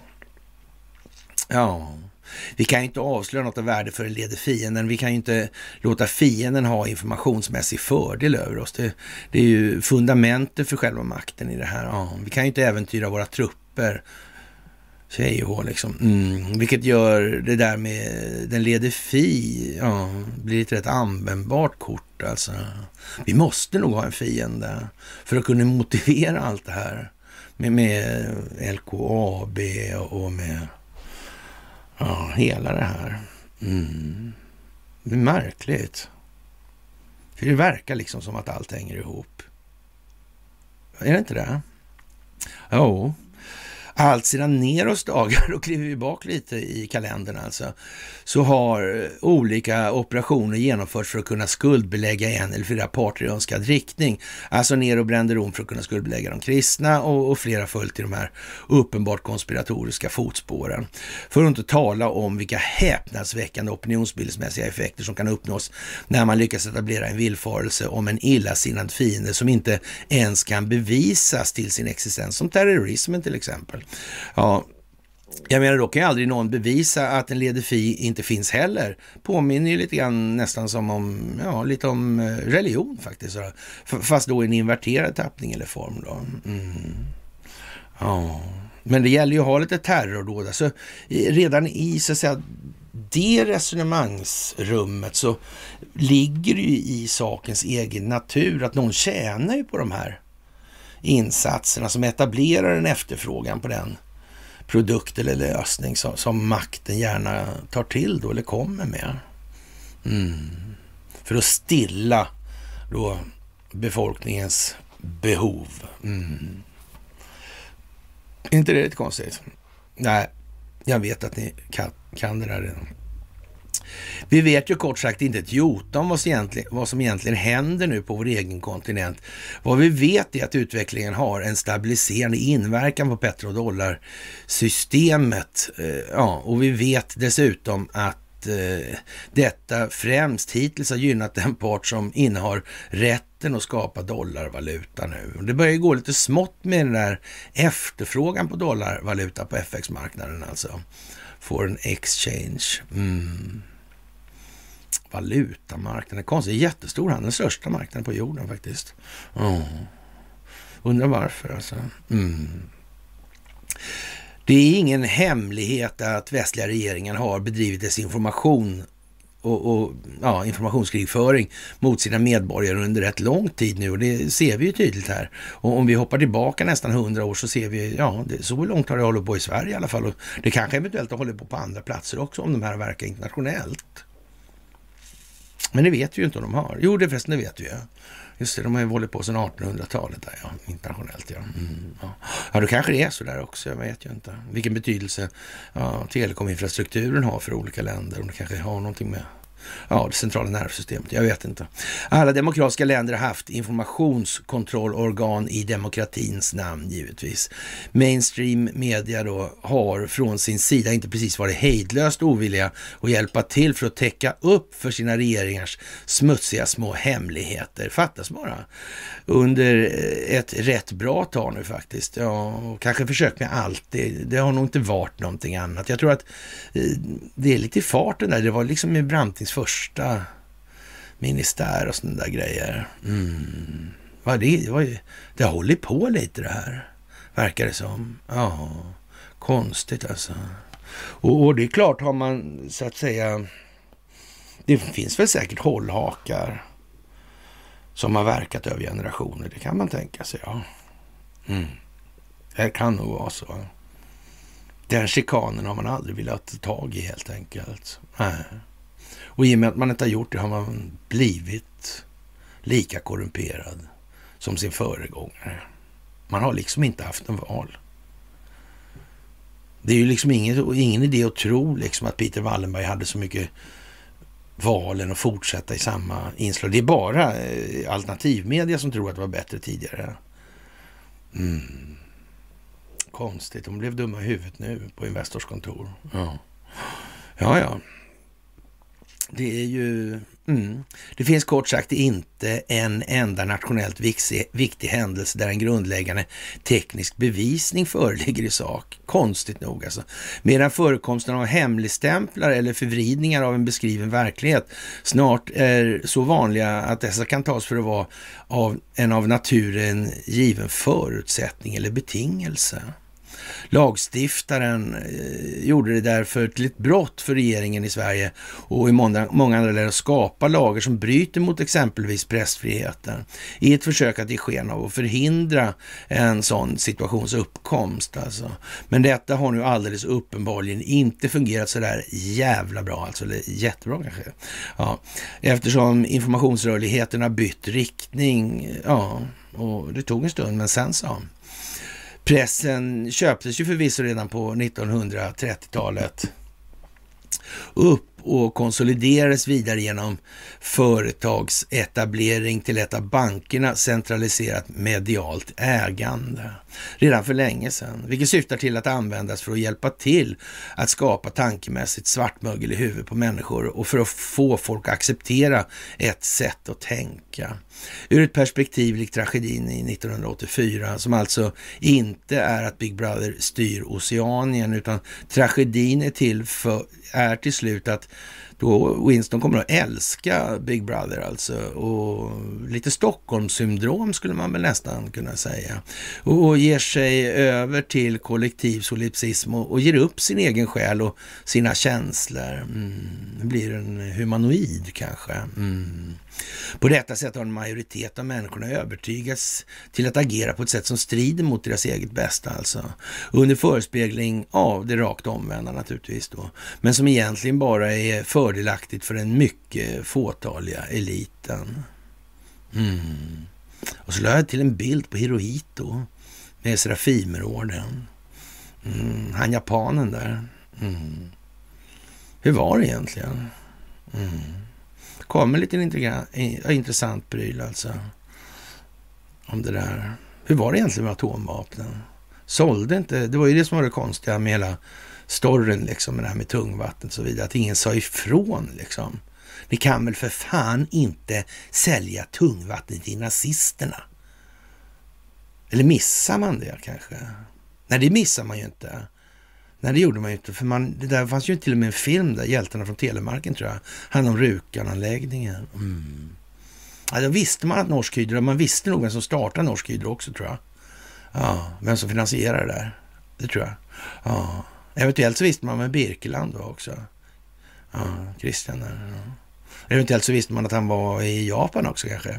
Ja, vi kan ju inte avslöja något av värde för det leder fienden. Vi kan ju inte låta fienden ha informationsmässig fördel över oss. Det är ju fundamentet för själva makten i det här. Ja, vi kan ju inte äventyra våra trupper. Liksom. Vilket gör det där med den leder blir ett rätt användbart kort alltså. Vi måste nog ha en fiende för att kunna motivera allt det här med LKAB och med hela det här. Det är märkligt. För det verkar liksom som att allt hänger ihop. Är det inte det? Jo. Allt sedan Neros dagar, då kliver vi bak lite i kalendern alltså, så har olika operationer genomförts för att kunna skuldbelägga en eller flera parter i önskad riktning. Alltså Nero brände Rom för att kunna skuldbelägga de kristna och flera följt i de här uppenbart konspiratoriska fotspåren. För att inte tala om vilka häpnadsväckande opinionsbildningsmässiga effekter som kan uppnås när man lyckas etablera en villfarelse om en illasinnad fiende som inte ens kan bevisas till sin existens, som terrorismen till exempel. Ja, jag menar då kan ju aldrig någon bevisa att en ledefi inte finns heller. Påminner ju lite grann nästan som om, lite om religion faktiskt. Fast då i en inverterad tappning eller form då. Ja, men det gäller ju att ha lite terror då. Alltså, redan i så att säga det resonemangsrummet så ligger det ju i sakens egen natur att någon tjänar ju på de här insatserna som etablerar en efterfrågan på den produkt eller lösning som makten gärna tar till då eller kommer med. För att stilla då befolkningens behov. Är inte det lite konstigt? Nej, jag vet att ni kan det där redan. Vi vet ju kort sagt inte ett jota om vad som egentligen händer nu på vår egen kontinent. Vad vi vet är att utvecklingen har en stabiliserande inverkan på petrodollarsystemet. Och vi vet dessutom att detta främst hittills har gynnat den part som innehar rätten att skapa dollarvaluta nu. Det börjar ju gå lite smått med den där efterfrågan på dollarvaluta på FX-marknaden alltså. Foreign exchange. Valutamarknaden. Konstigt, jättestor handel. Den största marknaden på jorden faktiskt. Undrar varför alltså. Det är ingen hemlighet att västliga regeringen har bedrivit desinformation och informationskrigföring mot sina medborgare under rätt lång tid nu, och det ser vi ju tydligt här. Och om vi hoppar tillbaka nästan 100 år så ser vi, så långt har det hållit på i Sverige i alla fall, och det kanske eventuellt har hållit på andra platser också om de här verkar internationellt. Men det vet vi ju inte om de har. Jo, det förresten, det vet vi ju. Just det, de har ju hållit på sedan 1800-talet där, internationellt. Ja, då kanske det är så där också, jag vet ju inte. Vilken betydelse telekominfrastrukturen har för olika länder, om det kanske har någonting med det centrala nervsystemet, jag vet inte. Alla demokratiska länder har haft informationskontrollorgan i demokratins namn, givetvis. Mainstream media då har från sin sida inte precis varit hejdlöst ovilliga att hjälpa till för att täcka upp för sina regeringars smutsiga små hemligheter. Fattas bara. Under ett rätt bra tag nu faktiskt. Och kanske försök med allt. Det har nog inte varit någonting annat. Jag tror att det är lite i farten där. Det var liksom i Brantings första ministär och sådana där grejer. Det håller på lite det här, verkar det som. Ja, konstigt alltså. Och det är klart, har man så att säga, det finns väl säkert hållhakar som har verkat över generationer, det kan man tänka sig, ja. Det kan nog vara så. Den chikanen har man aldrig velat ta tag i helt enkelt. Nej. Och i och med att man inte har gjort det har man blivit lika korrumperad som sin föregångare. Man har liksom inte haft en val. Det är ju liksom ingen idé att tro liksom att Peter Wallenberg hade så mycket valen att fortsätta i samma inslag. Det är bara alternativmedia som tror att det var bättre tidigare. Konstigt, de blev dumma i huvudet nu på Investors kontor. Ja. Det är ju... Det finns kort sagt inte en enda nationellt viktig händelse där en grundläggande teknisk bevisning föreligger i sak. Konstigt nog alltså. Medan förekomsten av hemligstämplar eller förvridningar av en beskriven verklighet snart är så vanliga att dessa kan tas för att vara en av naturen given förutsättning eller betingelse. Lagstiftaren gjorde det därför till ett brott för regeringen i Sverige och i många andra länder att skapa lagar som bryter mot exempelvis pressfriheten i ett försök att ge sken av att förhindra en sån situations uppkomst. Alltså. Men detta har nu alldeles uppenbarligen inte fungerat så där jävla bra, alltså, eller jättebra kanske. Ja, eftersom informationsrörligheten har bytt riktning, och det tog en stund, men sen så. Pressen köptes ju förvisso redan på 1930-talet upp och konsoliderades vidare genom företagsetablering till ett av bankerna centraliserat medialt ägande redan för länge sedan, vilket syftar till att användas för att hjälpa till att skapa tankemässigt svartmögel i huvudet på människor och för att få folk att acceptera ett sätt att tänka. Ur ett perspektiv likt tragedin i 1984, som alltså inte är att Big Brother styr Oceanien, utan tragedin är till slut att då Winston kommer att älska Big Brother alltså, och lite Stockholmssyndrom skulle man väl nästan kunna säga, och ger sig över till kollektiv solipsism och ger upp sin egen själ och sina känslor. Blir en humanoid kanske. På detta sätt har en majoritet av människorna övertygats till att agera på ett sätt som strider mot deras eget bästa alltså. Under förespegling av det rakt omvända naturligtvis då. Men som egentligen bara är fördelaktigt för den mycket fåtaliga eliten. Och så lade jag till en bild på Hirohito med Serafimerorden. Han japanen där. Hur var det egentligen? Kommer lite intressant pryl alltså. Om det där. Hur var det egentligen med atomvapnen? Sålde inte, det var ju det som var det konstiga med hela storyn liksom, med det här med tungvatten och så vidare. Att ingen sa ifrån liksom. Ni kan väl för fan inte sälja tungvatten till nazisterna? Eller missar man det kanske? Nej, det missar man ju inte. Nej, det gjorde man ju inte. För det där fanns ju till och med en film där, Hjältarna från Telemarken tror jag. Han om Rjukan-anläggningen. Ja, då visste man att Norsk Hydro, man visste nog vem som startade Norsk Hydro också tror jag. Ja, vem som finansierar det där. Det tror jag. Ja. Eventuellt så visste man med Birkeland då också. Christian där. Ja. Eventuellt så visste man att han var i Japan också kanske.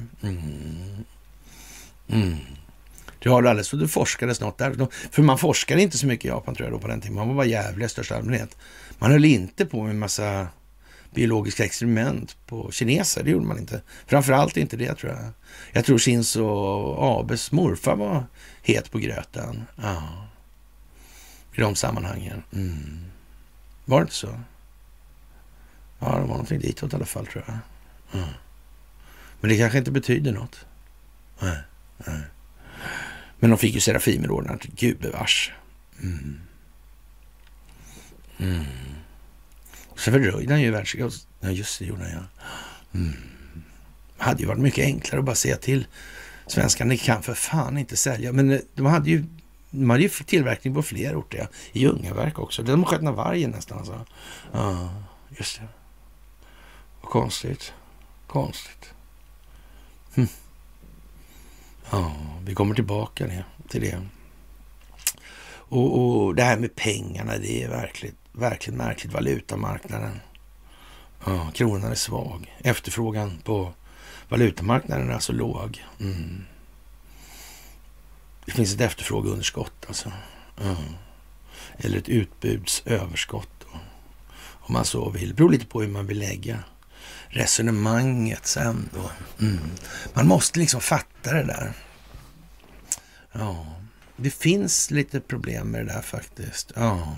Du har alldeles så du forskade snart där. För man forskade inte så mycket i Japan tror jag då på den tiden. Man var bara jävla i största allmänhet. Man höll inte på med en massa biologiska experiment på kineser. Det gjorde man inte. Framförallt inte det tror jag. Jag tror Shinzo Abes morfar var het på gröten. Ja. I de sammanhangen. Var det inte så? Ja, det var någonting ditåt i alla fall tror jag. Men det kanske inte betyder något. Nej. Men de fick ju Serafimerorden till gubevars. Så fördröjde han ju världskrig. Ja, just det gjorde han, ja. Det hade ju varit mycket enklare att bara säga till svenskarna, ni kan för fan inte sälja. Men de hade ju tillverkning på fler orter, ja. I Ljungaverk också. De sköt vargen nästan, alltså. Ja, just det. Vad konstigt. Ja, vi kommer tillbaka till det. Och det här med pengarna, det är verkligen märkligt. Valutamarknaden. Ja, kronan är svag. Efterfrågan på valutamarknaden är alltså låg. Det finns ett efterfrågeunderskott alltså. Eller ett utbudsöverskott då, om man så vill. Det beror lite på hur man vill lägga resonemanget sen då. Man måste liksom fatta det där. Ja, det finns lite problem med det där faktiskt. Ja.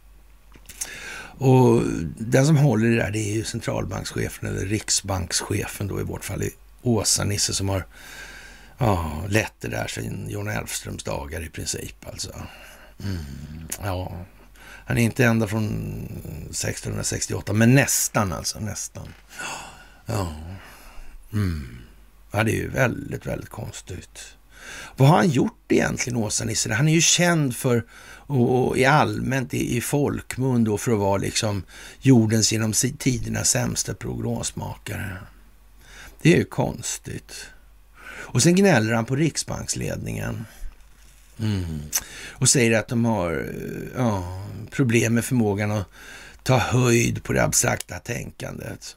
Och den som håller i det där, det är ju centralbankschefen eller riksbankschefen då i vårt fall, Åsa-Nisse, som har lett det där sedan Jon Elfströms dagar i princip alltså. Ja, han är inte ända från 1668, men nästan alltså, nästan. Ja. Ja, det är ju väldigt, väldigt konstigt. Vad har han gjort egentligen, Åsa-Nisse? Han är ju känd för, och i allmänt i folkmun då, för att vara liksom jordens genom tiderna sämsta prognosmakare. Det är ju konstigt. Och sen gnäller han på riksbanksledningen. Och säger att de har problem med förmågan att ta höjd på det abstrakta tänkandet.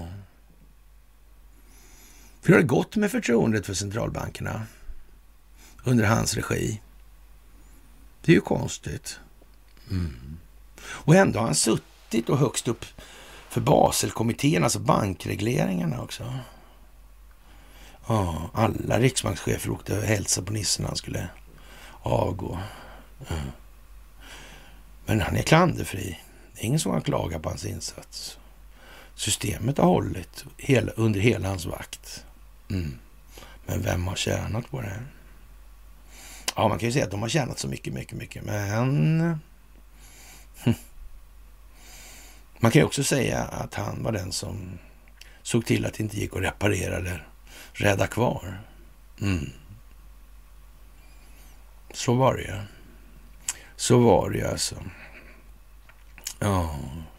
Hur har det gått med förtroendet för centralbankerna under hans regi? Det är ju konstigt. Och ändå har han suttit och högst upp för Baselkommittén, alltså bankregleringarna också. Ja, alla riksbankschefer åkte och hälsade på Nissen när han skulle avgå. Men han är klanderfri. Det är ingen som kan klaga på hans insats. Systemet har hållit under hela hans vakt. Men vem har tjänat på det? Ja, man kan ju säga att de har tjänat så mycket. Men man kan ju också säga att han var den som såg till att det inte gick att reparera eller rädda kvar. Så var det ju. Så var det ju alltså. Ja.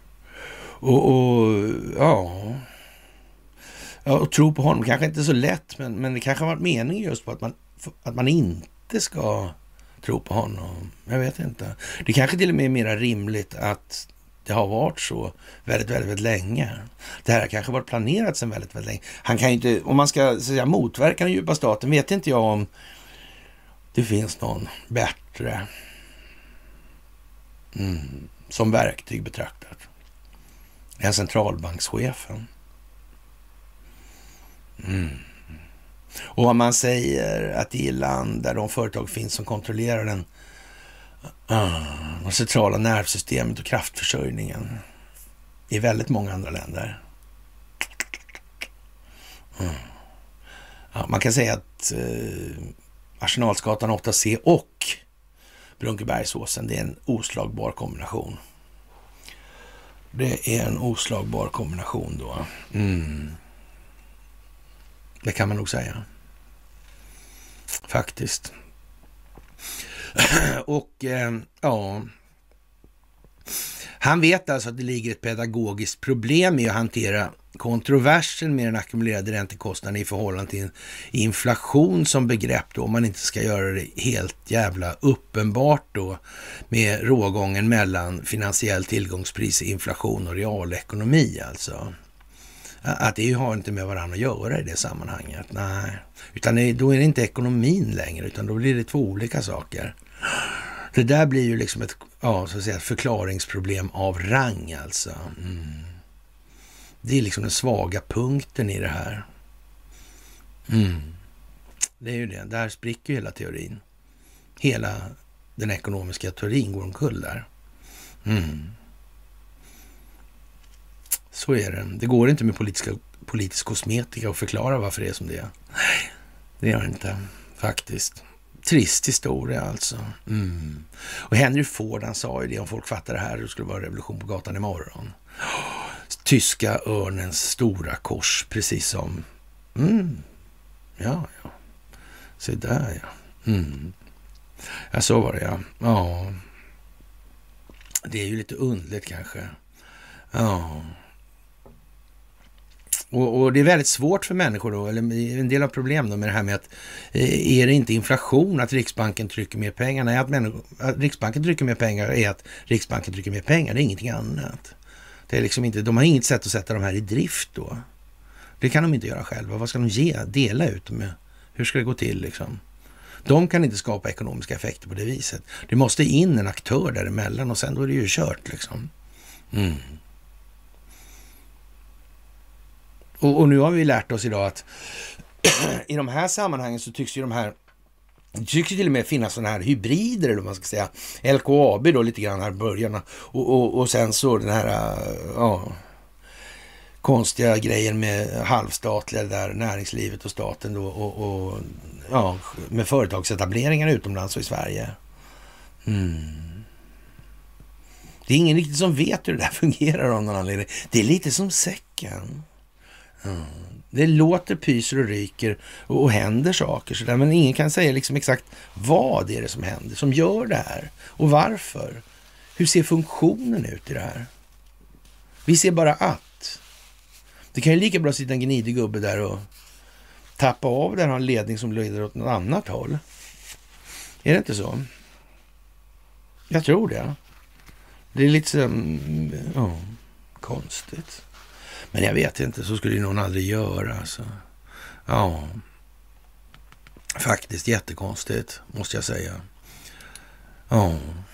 Och tro på honom kanske inte så lätt, men det kanske har varit meningen just på att man inte ska tro på honom. Jag vet inte. Det kanske till och med är mer rimligt att det har varit så väldigt, väldigt, väldigt länge. Det här har kanske varit planerat sedan väldigt, väldigt länge. Han kan ju inte, om man ska säga motverka den djupa staten, vet inte jag om det finns någon bättre som verktyg betraktat än centralbankschefen. Och om man säger att det är land där de företag finns som kontrollerar den centrala nervsystemet och kraftförsörjningen i väldigt många andra länder. Ja, man kan säga att Arsenalsgatan 8C och Brunkebergsåsen, det är en oslagbar kombination. Det är en oslagbar kombination då. Det kan man nog säga. Faktiskt. Och Han vet alltså att det ligger ett pedagogiskt problem i att hantera kontroversen med den ackumulerade räntekostnaden i förhållande till inflation som begrepp då, om man inte ska göra det helt jävla uppenbart då med rågången mellan finansiell tillgångspris, inflation och realekonomi alltså. Att det har inte med varandra att göra i det sammanhanget, nej. Utan då är det inte ekonomin längre, utan då blir det två olika saker. Det där blir ju liksom ett, ja, så att säga, förklaringsproblem av rang alltså. Det är liksom den svaga punkten i det här. Det är ju det. Där spricker hela teorin. Hela den ekonomiska teorin går omkull där. Så är det. Det går inte med politisk kosmetika att förklara varför det är som det är. Nej, det gör det inte faktiskt. Trist historia alltså. Och Henry Ford, han sa ju det, om folk fattar det här, det skulle vara revolution på gatan imorgon. Tyska örnens stora kors, precis som ja. Se där, ja. Ja, så var det, ja. Ja. Det är ju lite underligt kanske. Ja. Och det är väldigt svårt för människor då, eller en del av problemet med det här med att är det inte inflation att Riksbanken trycker mer pengar? Nej, att Riksbanken trycker mer pengar är att Riksbanken trycker mer pengar, det är ingenting annat. Det är liksom inte, de har inget sätt att sätta de här i drift då. Det kan de inte göra själva. Vad ska de dela ut med? Hur ska det gå till liksom? De kan inte skapa ekonomiska effekter på det viset. Det måste in en aktör däremellan och sen då är det ju kört liksom. Och nu har vi lärt oss idag att i de här sammanhangen så tycks ju till och med finnas sådana här hybrider, eller vad man ska säga. LKAB då lite grann här i början och sen så den här konstiga grejen med halvstatliga där näringslivet och staten då och med företagsetableringar utomlands och i Sverige. Det är ingen riktigt som vet hur det där fungerar av någon anledning. Det är lite som säcken. Det låter, pyser och ryker och händer saker så där, men ingen kan säga liksom exakt vad är det som händer, som gör det här och varför. Hur ser funktionen ut i det här? Vi ser bara att det kan ju lika bra sitta en gnidig gubbe där och tappa av där, har en ledning som leder åt något annat håll. Är det inte så? Jag tror det. Det är lite så konstigt. Men jag vet inte, så skulle ju någon aldrig göra. Alltså. Ja, faktiskt jättekonstigt, måste jag säga. Ja,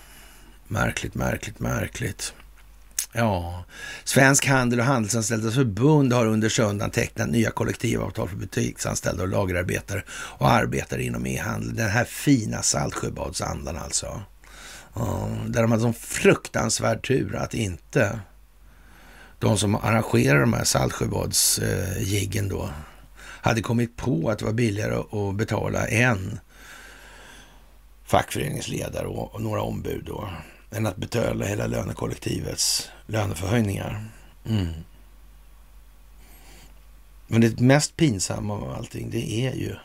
märkligt. Ja, Svensk Handel och Handelsanställdas förbund har under söndagen tecknat nya kollektivavtal för butiksanställda och lagerarbetare och arbetare inom e-handel. Den här fina Saltsjöbadsandan alltså. Ja, där de hade sån fruktansvärd tur att inte de som arrangerar de här Saltsjöbadsjiggen då hade kommit på att det var billigare att betala en fackföreningsledare och några ombud då än att betala hela lönekollektivets löneförhöjningar. Men det mest pinsamma av allting, det är ju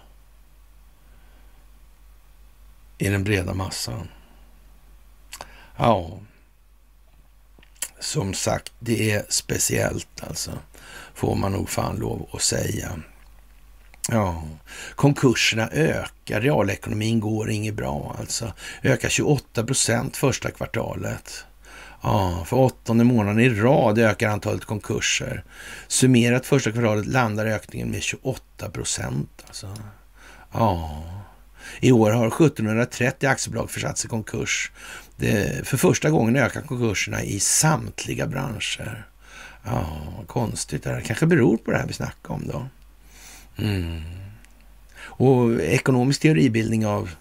i den breda massan. Ja, som sagt, det är speciellt alltså. Får man nog fan lov att säga. Ja, konkurserna ökar. Realekonomin går inget bra alltså. Ökar 28% första kvartalet. Ja, för 8:e månaden i rad ökar antalet konkurser. Summerat första kvartalet landar ökningen med 28% alltså. Ja. I år har 1730 aktiebolag försatts i konkurs. För första gången ökar konkurserna i samtliga branscher. Ja, konstigt. Det kanske beror på det här vi snackar om då. Och ekonomisk teoribildning av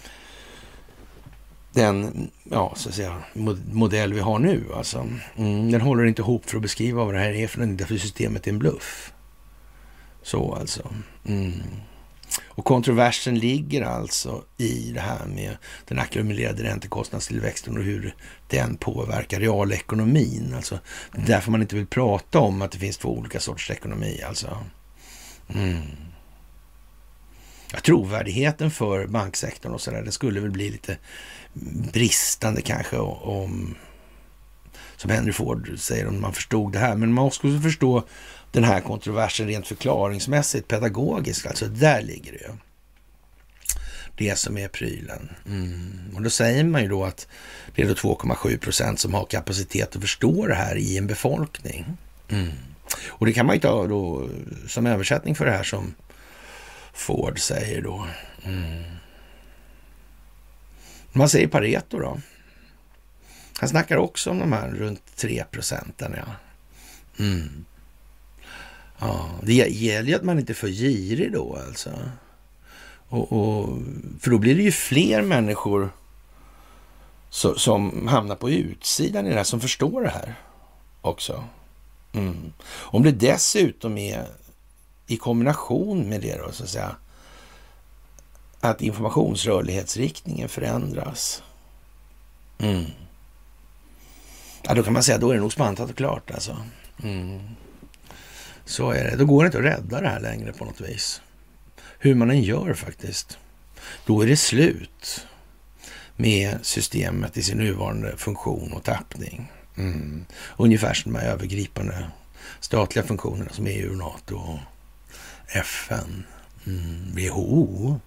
den, ja, så att säga, modell vi har nu. Alltså. Den håller inte ihop för att beskriva vad det här är för systemet är en bluff. Så alltså. Och kontroversen ligger alltså i det här med den ackumulerade räntekostnadstillväxten och hur den påverkar realekonomin. Alltså, det är därför man inte vill prata om att det finns två olika sorters ekonomi. Alltså. Ja, trovärdigheten för banksektorn och sådär, det skulle väl bli lite bristande kanske om som Henry Ford säger, om man förstod det här. Men man måste också förstå den här kontroversen rent förklaringsmässigt, pedagogiskt. Alltså där ligger det ju. Det som är prylen. Och då säger man ju då att det är då 2,7% som har kapacitet att förstå det här i en befolkning. Och det kan man ju ta då som översättning för det här som Ford säger då. Man säger Pareto då. Han snackar också om de här runt 3%. Ja, det gäller ju att man inte är för girig då alltså. För då blir det ju fler människor som hamnar på utsidan i det här, som förstår det här också. Om det dessutom är i kombination med det då, så att säga, att informationsrörlighetsriktningen förändras. Ja, då kan man säga, då är det nog spantat och klart alltså. Så är det. Då går det inte att rädda det här längre på något vis. Hur man än gör faktiskt. Då är det slut med systemet i sin nuvarande funktion och tappning. Ungefär som de här övergripande statliga funktionerna som EU, NATO, FN, WHO.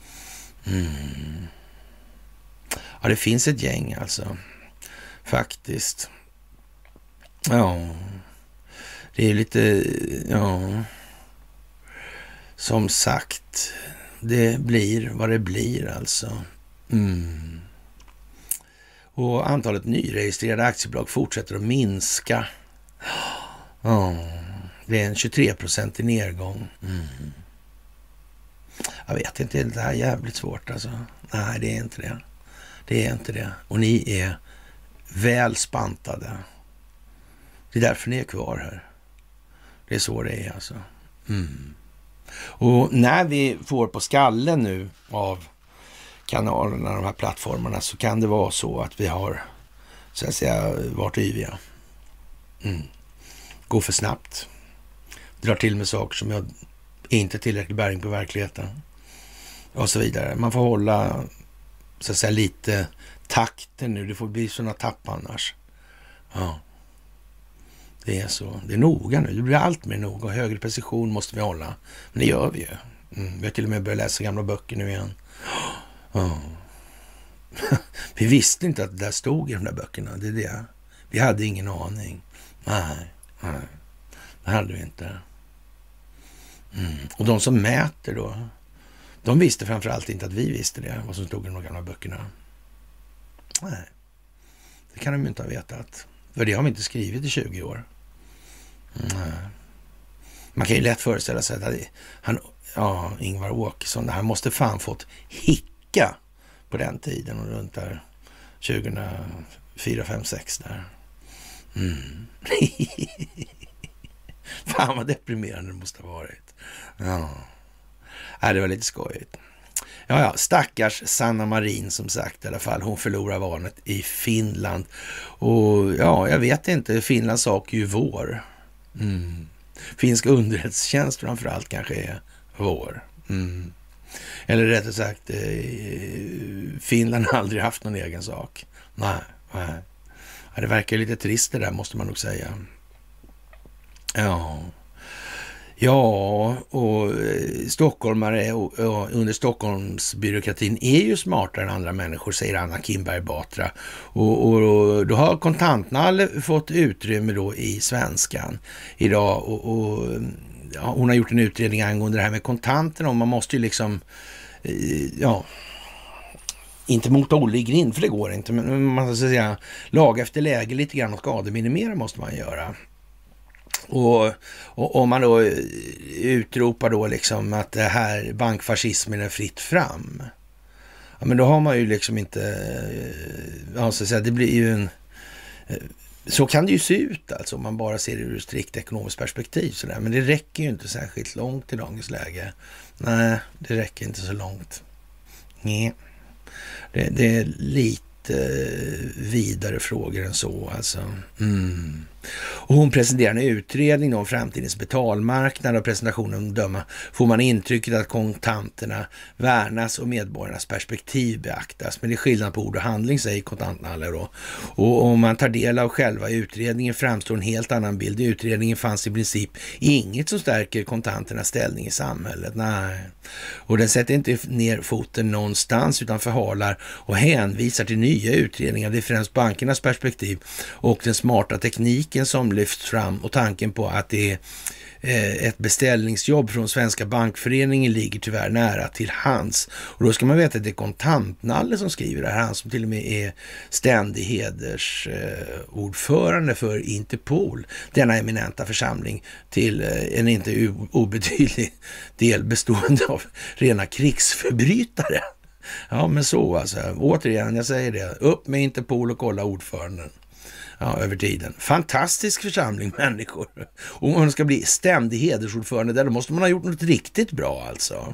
Ja, det finns ett gäng alltså. Faktiskt. Ja. Det är lite, ja. Som sagt, det blir vad det blir alltså. Och antalet nyregistrerade aktiebolag fortsätter att minska. Ja, det är en 23% nedgång. Jag vet inte, det här är jävligt svårt alltså. Nej, det är inte det. Det är inte det. Och ni är väl spantade. Det är därför ni är kvar här. Det är så det är alltså. Och när vi får på skallen nu av kanalerna, de här plattformarna, så kan det vara så att vi har, så att säga, varit yviga. Gå för snabbt. Drar till med saker som jag inte tillräckligt bäring på verkligheten. Och så vidare. Man får hålla, så att säga, lite takten nu. Det får bli sådana tapp annars. Ja. Det är så. Det är noga nu. Det blir allt mer noga. Och högre precision måste vi hålla. Men det gör vi ju. Vi har till och med börjat läsa gamla böcker nu igen. Oh. Vi visste inte att det där stod i de där böckerna. Det är det. Vi hade ingen aning. Nej. Det hade vi inte. Och de som mäter då, de visste framförallt inte att vi visste det. Vad som stod i de gamla böckerna. Nej. Det kan de ju inte ha vetat. För det har vi inte skrivit i 20 år. Man kan ju lätt föreställa sig att Ingvar Åkesson, han måste fan fått hicka på den tiden och runt där 2004, 5, 6 där. Fan vad deprimerande det måste ha varit. Ja, det var lite skojigt. Ja, stackars Sanna Marin som sagt i alla fall. Hon förlorar valet i Finland. Och ja, jag vet inte. Finlands sak är ju vår. Finsk underrättelsetjänst framförallt kanske är vår. Eller rättare sagt, Finland har aldrig haft någon egen sak. Nej. Ja, det verkar lite trist det där, måste man nog säga. Ja, och stockholmare under Stockholmsbyråkratin är ju smartare än andra människor, säger Anna Kinberg Batra. Och då har kontantnall fått utrymme då i Svenskan idag. Och hon har gjort en utredning angående det här med kontanterna. Och man måste ju liksom, inte mota Olle i grind, för det går inte. Men man ska säga, laga efter läge lite grann och skademinimera måste man göra. Och om man då utropar då liksom att det här bankfascismen är fritt fram, ja, men då har man ju liksom inte, så att säga, det blir ju så kan det ju se ut alltså om man bara ser det ur ett strikt ekonomiskt perspektiv sådär. Men det räcker ju inte särskilt långt i dagens läge. Nej, det räcker inte så långt. Nej. Det är lite vidare frågor än så alltså. Och hon presenterar en utredning om framtidens betalmarknad, och presentationen döma får man intrycket att kontanterna värnas och medborgarnas perspektiv beaktas. Men det är skillnad på ord och handling, säger kontantnalle då. Och om man tar del av själva utredningen framstår en helt annan bild. I utredningen fanns i princip inget som stärker kontanternas ställning i samhället. Nej. Och den sätter inte ner foten någonstans utan förhalar och hänvisar till nya utredningar. Det är främst bankernas perspektiv och den smarta tekniken som lyfts fram, och tanken på att det är ett beställningsjobb från Svenska bankföreningen ligger tyvärr nära till hands. Och då ska man veta att det är kontantnalle som skriver det här, han som till och med är ständig hedersordförande för Interpol, denna eminenta församling till en inte obetydlig del bestående av rena krigsförbrytare. Ja, men så alltså. Återigen, jag säger det. Upp med Interpol och kolla ordföranden. Ja, över tiden. Fantastisk församling människor. Och om man ska bli ständig hedersordförande där, då måste man ha gjort något riktigt bra alltså.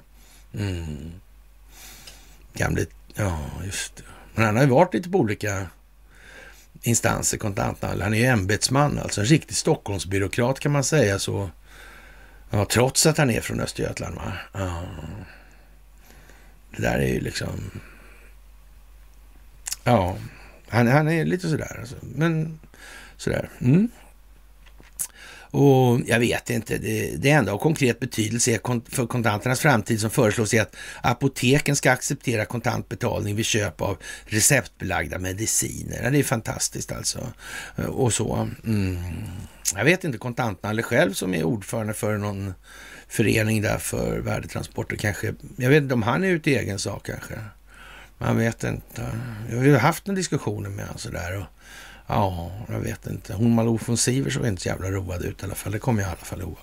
Gamligt, ja just det. Men han har ju varit lite på olika instanser, kontantnalle. Han är ju ämbetsman, alltså en riktig Stockholmsbyråkrat kan man säga så. Ja, trots att han är från Östergötland, va? Ja. Det där är ju liksom... Ja, han är lite sådär. Alltså. Men sådär. Och jag vet inte, det enda av konkret betydelse för kontanternas framtid som föreslås är att apoteken ska acceptera kontantbetalning vid köp av receptbelagda mediciner. Ja, det är fantastiskt alltså. Och så. Jag vet inte, kontantnalle själv som är ordförande för någon förening där för värdetransporter kanske. Jag vet inte om han är ute i egen sak kanske. Man vet inte. Jag har ju haft en diskussion med honom sådär och ja, jag vet inte. Hon Malou von Sivers var inte så jävla road ut i alla fall. Det kommer jag i alla fall ihåg.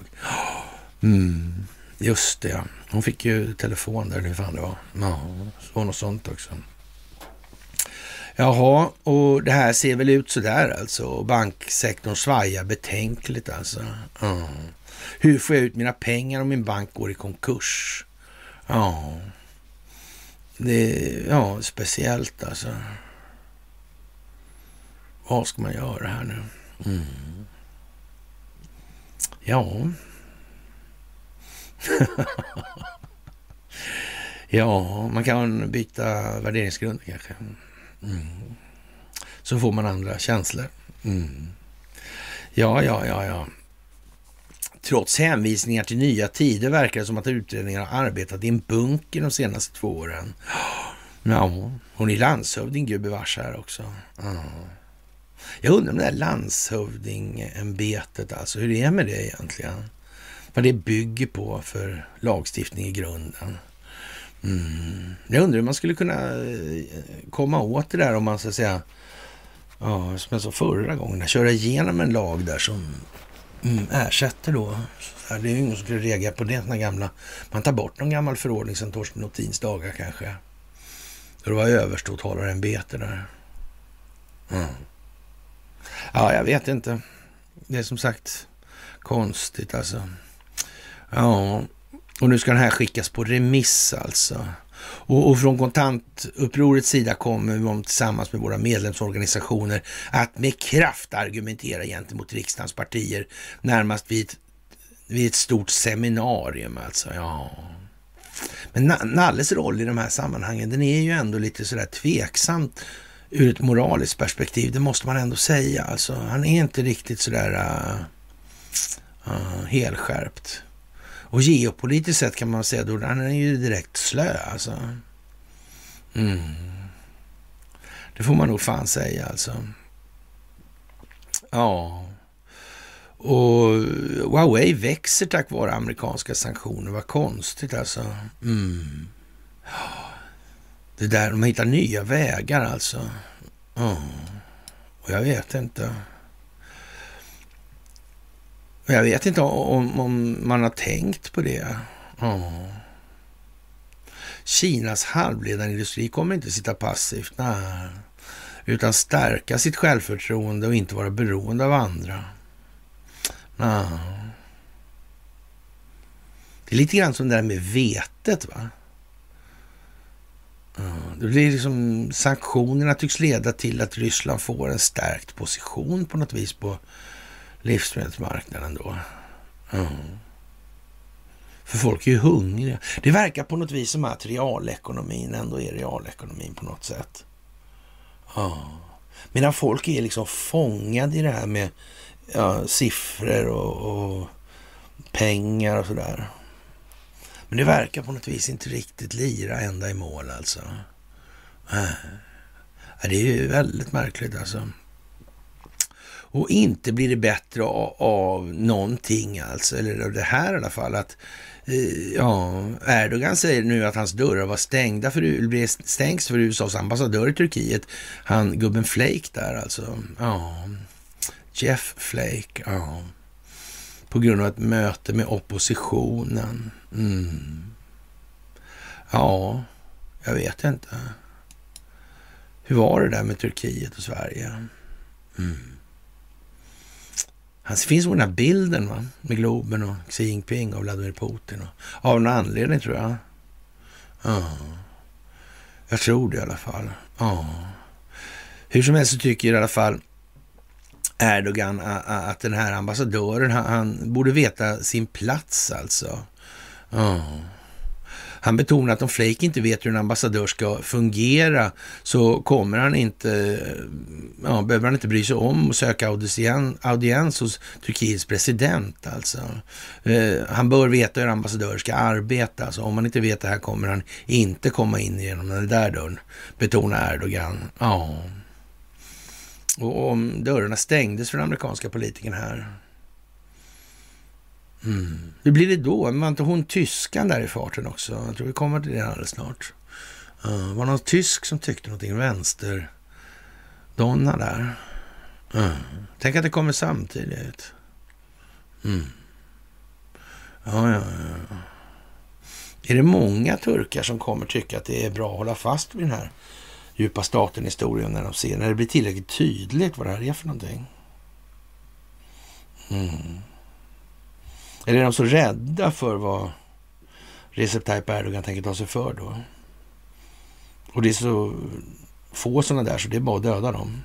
Just det, ja. Hon fick ju telefon där, hur fan det var. Ja, så något sånt också. Jaha, och det här ser väl ut sådär alltså. Banksektorn svajar betänkligt alltså. Hur får jag ut mina pengar om min bank går i konkurs? Ja, det är speciellt alltså. Vad ska man göra här nu? Ja. Ja, man kan byta värderingsgrund kanske. Så får man andra känslor. Ja. Trots hänvisningar till nya tider verkar det som att utredningen har arbetat i en bunker de senaste 2 åren. Ja, hon är landshövding gubevars här också. Jag undrar om det här landshövdingämbetet, alltså hur det är med det egentligen. Vad det bygger på för lagstiftning i grunden. Jag undrar hur man skulle kunna komma åt det där om man så att säga, som jag sa förra gången, köra igenom en lag där som ersätter då. Det är ju ingen som skulle reagera på det, såna gamla. Man tar bort någon gammal förordning som Torsten Notins dagar kanske. Då det var överståthållarämbete där. Ja, jag vet inte. Det är som sagt konstigt alltså. Ja, och nu ska den här skickas på remiss alltså. Och från kontantupprorets sida kommer vi tillsammans med våra medlemsorganisationer att med kraft argumentera gentemot riksdagens partier, närmast vid ett stort seminarium alltså. Ja. Men Nalles roll i de här sammanhangen, den är ju ändå lite sådär tveksamt ur ett moraliskt perspektiv, det måste man ändå säga. Alltså, han är inte riktigt sådär helskärpt. Och geopolitiskt sett kan man säga då han är ju direkt slö alltså. Det får man nog fan säga alltså. Ja. Och Huawei växer tack vare amerikanska sanktioner. Vad konstigt alltså. Det där, de hittar nya vägar alltså. Och jag vet inte. Jag vet inte om man har tänkt på det. Kinas halvledarindustri kommer inte sitta passivt. Nej. Utan stärka sitt självförtroende och inte vara beroende av andra. Nej. Det är lite grann som det där med vetet, va? Det blir liksom, sanktionerna tycks leda till att Ryssland får en stärkt position på något vis på livsmedelsmarknaden då. För folk är ju hungriga. Det verkar på något vis som att realekonomin ändå är realekonomin på något sätt. Medan folk är liksom fångade i det här med siffror och pengar och sådär. Men det verkar på något vis inte riktigt lira ända i mål alltså. Det är ju väldigt märkligt alltså. Och inte blir det bättre av någonting alltså, eller av det här i alla fall, att Erdogan säger nu att hans dörrar var stängda stängs för USAs ambassadör i Turkiet, han gubben Flake där alltså, Jeff Flake, på grund av ett möte med oppositionen. Jag vet inte. Hur var det där med Turkiet och Sverige? Han finns på den här bilden, va? Med Globen och Xi Jinping och Vladimir Putin. Av någon anledning tror jag. Jag tror det i alla fall. Hur som helst så tycker i alla fall Erdogan att den här ambassadören, han borde veta sin plats alltså. Han betonar att om Flake inte vet hur en ambassadör ska fungera så kommer han inte, behöver han inte bry sig om att söka audiens hos Turkiets president alltså. Han bör veta hur ambassadör ska arbeta. Alltså, om man inte vet det här kommer han inte komma in genom den där dörren, betonar Erdogan. Och om dörrarna stängdes för den amerikanska politikern här, hur blir det då? Men var inte hon tyskan där i farten också? Jag tror vi kommer till det alldeles snart. Var någon tysk som tyckte någonting vänster donna där? Tänk att det kommer samtidigt. Är det många turkar som kommer tycka att det är bra att hålla fast vid den här djupa staten-historien när det blir tillräckligt tydligt vad det här är för någonting? Eller är de så rädda för vad Recep Tayyip Erdogan tänker ta sig för då? Och det är så få sådana där så det är bara att döda dem.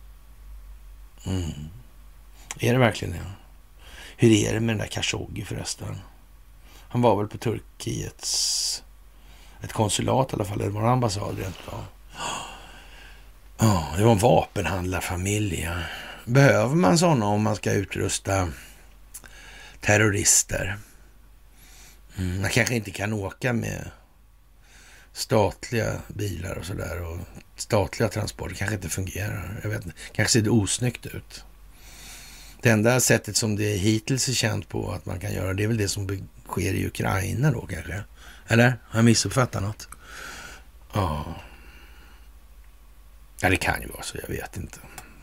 Är det verkligen det? Hur är det med den där Khashoggi förresten? Han var väl på Turkiets ett konsulat i alla fall, eller var en ambassad rent av. Det var en vapenhandlarfamilj. Behöver man sådana om man ska utrusta terrorister? Man kanske inte kan åka med statliga bilar och sådär, och statliga transporter kanske inte fungerar. Jag vet inte, kanske ser det osnyggt ut. Det enda sättet som det hittills är känt på att man kan göra, det är väl det som sker i Ukraina då kanske. Eller? Har jag missuppfattat något? Ja, det kan ju vara så, jag vet inte.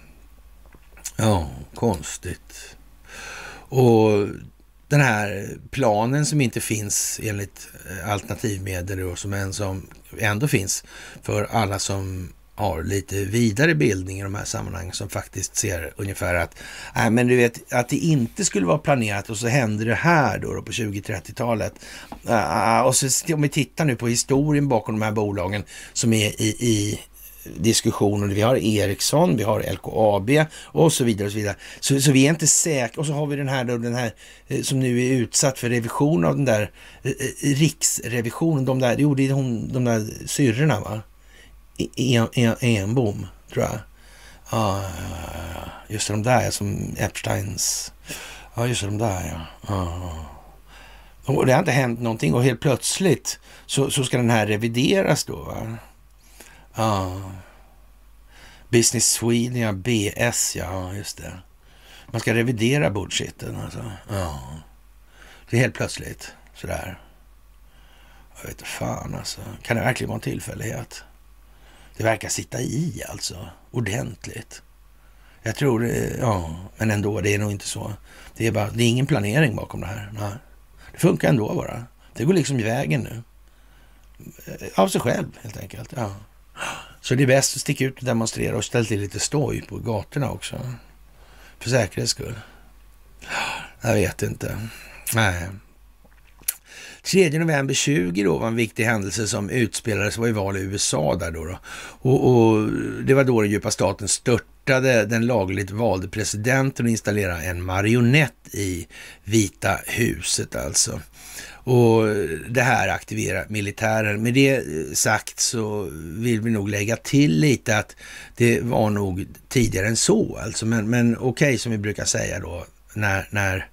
Konstigt. Och den här planen som inte finns enligt alternativmedel och som ändå finns för alla som har lite vidare bildning i de här sammanhangen, som faktiskt ser ungefär att men du vet att det inte skulle vara planerat och så händer det här då på 20-30-talet. Och så om vi tittar nu på historien bakom de här bolagen som är i diskussioner. Vi har Ericsson, vi har LKAB och så vidare och så vidare. Så vi är inte säkra. Och så har vi den här som nu är utsatt för revision av den där riksrevisionen. De där syrrorna, va? Enbom, tror jag. Just de där som Epsteins. Ja, just de där, ja. Och det har inte hänt någonting och helt plötsligt så ska den här revideras då, va? Business Sweden, BS, ja, just det. Man ska revidera bullshiten, alltså. Det är helt plötsligt sådär. Jag vet inte fan, alltså. Kan det verkligen vara en tillfällighet? Det verkar sitta i, alltså. Ordentligt. Jag tror det, men ändå, det är nog inte så. Det är ingen planering bakom det här. Nej. Det funkar ändå bara. Det går liksom i vägen nu. Av sig själv, helt enkelt, ja. Så det är bäst att sticka ut och demonstrera och ställa till lite stoj på gatorna också. För säkerhets skull. Jag vet inte. Nej. 3 november 20 då var en viktig händelse som utspelades, var i val i USA där då. Och det var då den djupa staten störtade den lagligt valde presidenten och installerade en marionett i Vita huset alltså. Och det här aktiverar militären. Med det sagt så vill vi nog lägga till lite att det var nog tidigare än så alltså. Men okej, som vi brukar säga då när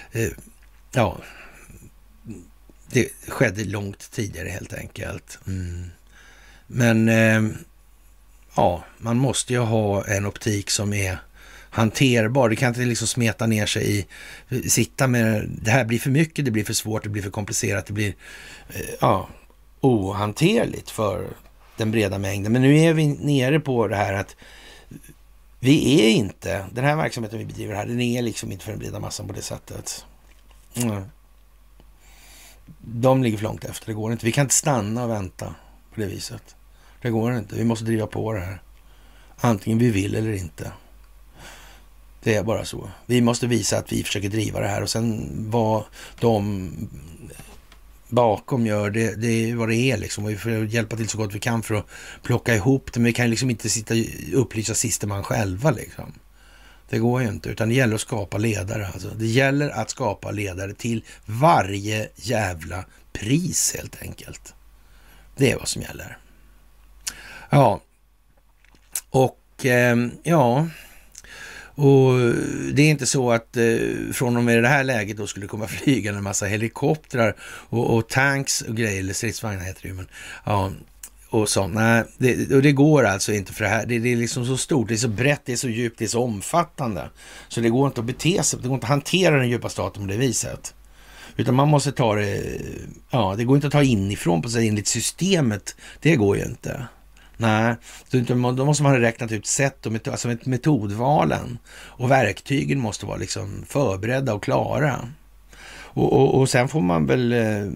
det skedde långt tidigare helt enkelt. Men man måste ju ha en optik som är hanterbar. Det kan inte liksom smeta ner sig sitta med det här blir för mycket, det blir för svårt, det blir för komplicerat, det blir ohanterligt för den breda mängden. Men nu är vi nere på det här att vi är inte, den här verksamheten vi bedriver här, den är liksom inte för den breda massan på det sättet. De ligger för långt efter, det går inte. Vi kan inte stanna och vänta på det viset. Det går inte, vi måste driva på det här. Antingen vi vill eller inte. Det är bara så. Vi måste visa att vi försöker driva det här och sen vad de bakom gör, det är vad det är liksom. Och vi får hjälpa till så gott vi kan för att plocka ihop det. Men vi kan liksom inte sitta och upplysa sista man själva liksom. Det går ju inte, utan det gäller att skapa ledare. Alltså. Det gäller att skapa ledare till varje jävla pris helt enkelt. Det är vad som gäller. Ja, och och det är inte så att från och med det här läget då skulle komma flyga en massa helikoptrar och tanks och grejer, eller stridsvagnar heter det ju, men och sånt. Nej, det går alltså inte för det här. Det är liksom så stort, det är så brett, det är så djupt, det är så omfattande. Så det går inte att bete sig, det går inte att hantera den djupa staten på det viset. Utan man måste ta det, det går inte att ta inifrån på sig enligt systemet. Det går ju inte. Nej, då måste man ha räknat ut sätt och alltså metodvalen. Och verktygen måste vara liksom förberedda och klara. Och sen får man väl,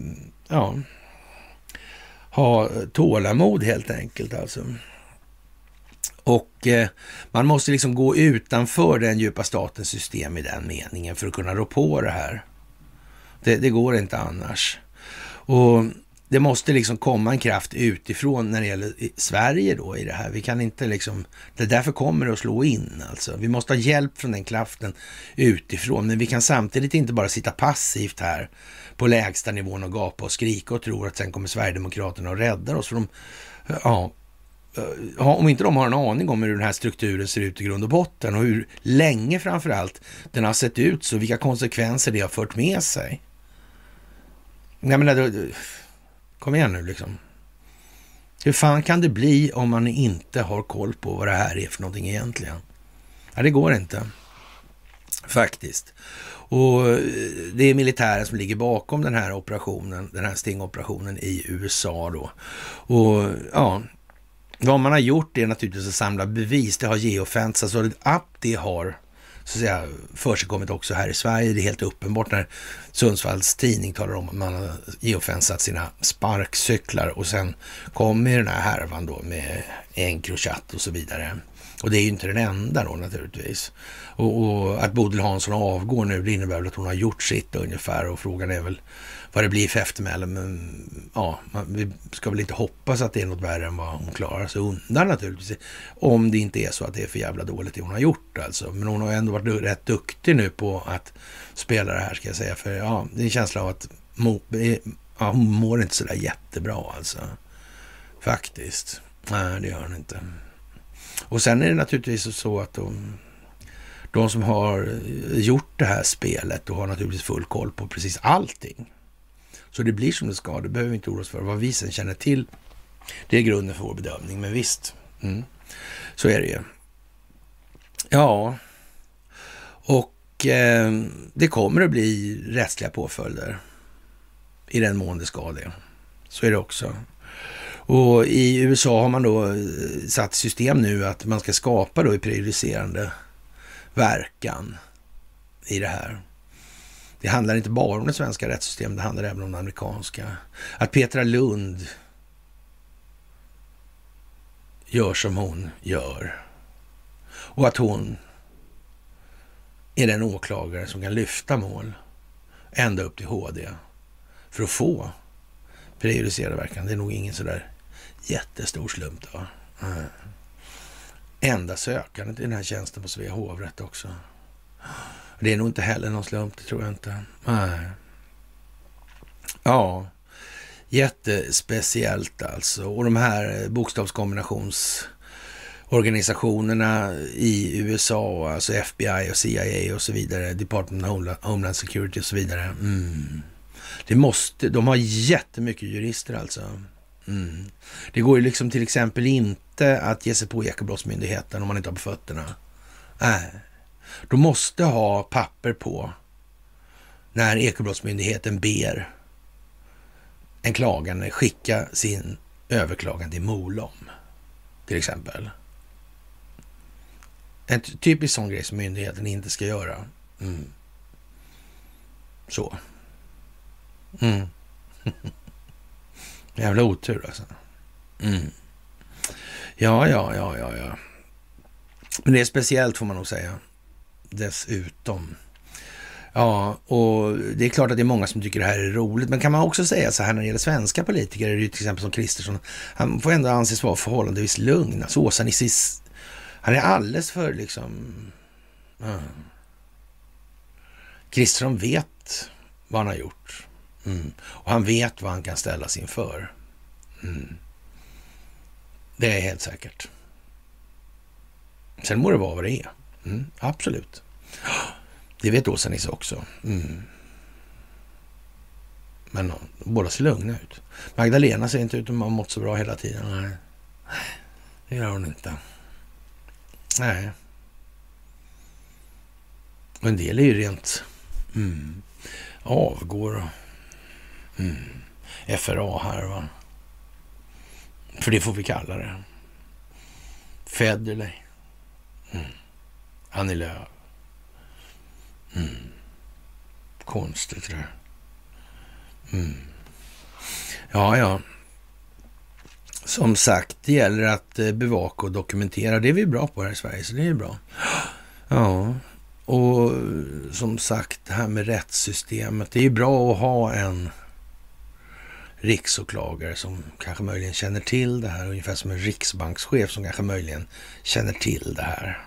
ha tålamod helt enkelt alltså. Och man måste liksom gå utanför den djupa statens system i den meningen för att kunna rå på det här. Det går inte annars. Och det måste liksom komma en kraft utifrån när det gäller Sverige då i det här. Vi kan inte liksom, det därför kommer det att slå in alltså. Vi måste ha hjälp från den kraften utifrån. Men vi kan samtidigt inte bara sitta passivt här på lägsta nivån och gapa och skrika och tro att sen kommer Sverigedemokraterna och räddar oss. För om inte de har en aning om hur den här strukturen ser ut i grund och botten och hur länge framförallt den har sett ut, så vilka konsekvenser det har fört med sig. Nej men kom igen nu liksom. Hur fan kan det bli om man inte har koll på vad det här är för någonting egentligen? Ja, det går inte. Faktiskt. Och det är militären som ligger bakom den här operationen, den här stingoperationen i USA då. Och vad man har gjort är naturligtvis att samla bevis. Det har geofensats och att det har så att säga försigkommit också här i Sverige. Det är helt uppenbart när Sundsvalls tidning talar om att man har geofensat sina sparkcyklar och sen kommer den här härvan då med Encrochat och så vidare. Och det är ju inte den enda då naturligtvis. Och att Bodil Hansson avgår nu, det innebär väl att hon har gjort sitt ungefär, och frågan är väl vad det blir för eftermäle. Men vi ska väl inte hoppas att det är något värre än vad hon klarar sig undan naturligtvis. Om det inte är så att det är för jävla dåligt det hon har gjort alltså. Men hon har ändå varit rätt duktig nu på att spela det här, ska jag säga. För det är en känsla av att hon mår inte sådär jättebra alltså. Faktiskt. Nej, det gör hon inte. Och sen är det naturligtvis så att de som har gjort det här spelet och har naturligtvis full koll på precis allting. Så det blir som det ska, det behöver vi inte oroa oss för. Vad vi sen känner till, det är grunden för vår bedömning. Men visst, så är det ju. Ja, och det kommer att bli rättsliga påföljder i den mån det ska det. Så är det också. Och i USA har man då satt system nu att man ska skapa då i prejudicerande verkan i det här. Det handlar inte bara om det svenska rättssystemet, det handlar även om det amerikanska. Att Petra Lund gör som hon gör. Och att hon är den åklagare som kan lyfta mål ända upp till HD för att få prejudicerande verkan. Det är nog ingen sådär jättestor slump då. enda sökande till den här tjänsten på Svea hovrätt också. Det är nog inte heller någon slump, det tror jag inte. Nej. Ja, jättespeciellt alltså. Och de här bokstavskombinationsorganisationerna i USA, alltså FBI och CIA och så vidare, Department of Homeland Security och så vidare. De har jättemycket jurister alltså. Det går ju liksom till exempel inte att ge sig på Ekobrottsmyndigheten om man inte har på fötterna. Nej. De måste ha papper på när Ekobrottsmyndigheten ber en klagande skicka sin överklagan till Molom, till exempel. En typisk sån grej som myndigheten inte ska göra. Så. Jävla otur alltså. Ja. Men det är speciellt får man nog säga. Dessutom. Ja, och det är klart att det är många som tycker det här är roligt. Men kan man också säga så här när det gäller svenska politiker, är det ju till exempel som Kristersson, han får ändå anses vara förhållandevis lugn. Alltså Åsa Nissis, han är alldeles för liksom... Kristersson vet vad han har gjort. Och han vet vad han kan ställas inför. Det är helt säkert. Sen må det vara vad det är. Absolut. Det vet Åsa Nisse också. Men båda ser lugna ut. Magdalena ser inte ut att ha mått så bra hela tiden. Nej, det gör hon inte. Nej. Och en del är ju rent avgår och FRA här, va. För det får vi kalla det. Federley. Annie Lööf. Konstigt det där. Ja. Som sagt, det gäller att bevaka och dokumentera. Det är vi bra på här i Sverige, så det är bra. Ja, och som sagt, det här med rättssystemet. Det är ju bra att ha en riksåklagare som kanske möjligen känner till det här. Ungefär som en riksbankschef som kanske möjligen känner till det här.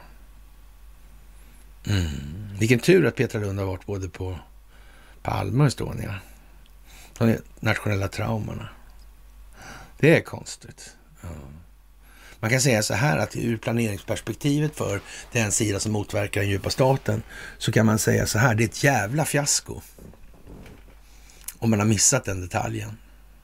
Vilken tur att Petra Lund har varit både på Palme och Estonia. De nationella traumorna. Det är konstigt. Ja. Man kan säga så här att ur planeringsperspektivet för den sida som motverkar den djupa staten, så kan man säga så här: det är ett jävla fiasko om man har missat den detaljen.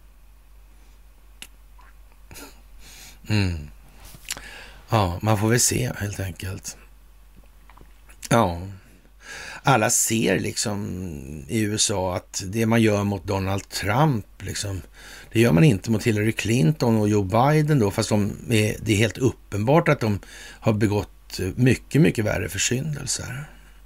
Ja, man får väl se helt enkelt. Ja, alla ser liksom i USA att det man gör mot Donald Trump liksom, det gör man inte mot Hillary Clinton och Joe Biden då, fast det är helt uppenbart att de har begått mycket, mycket värre försyndelser.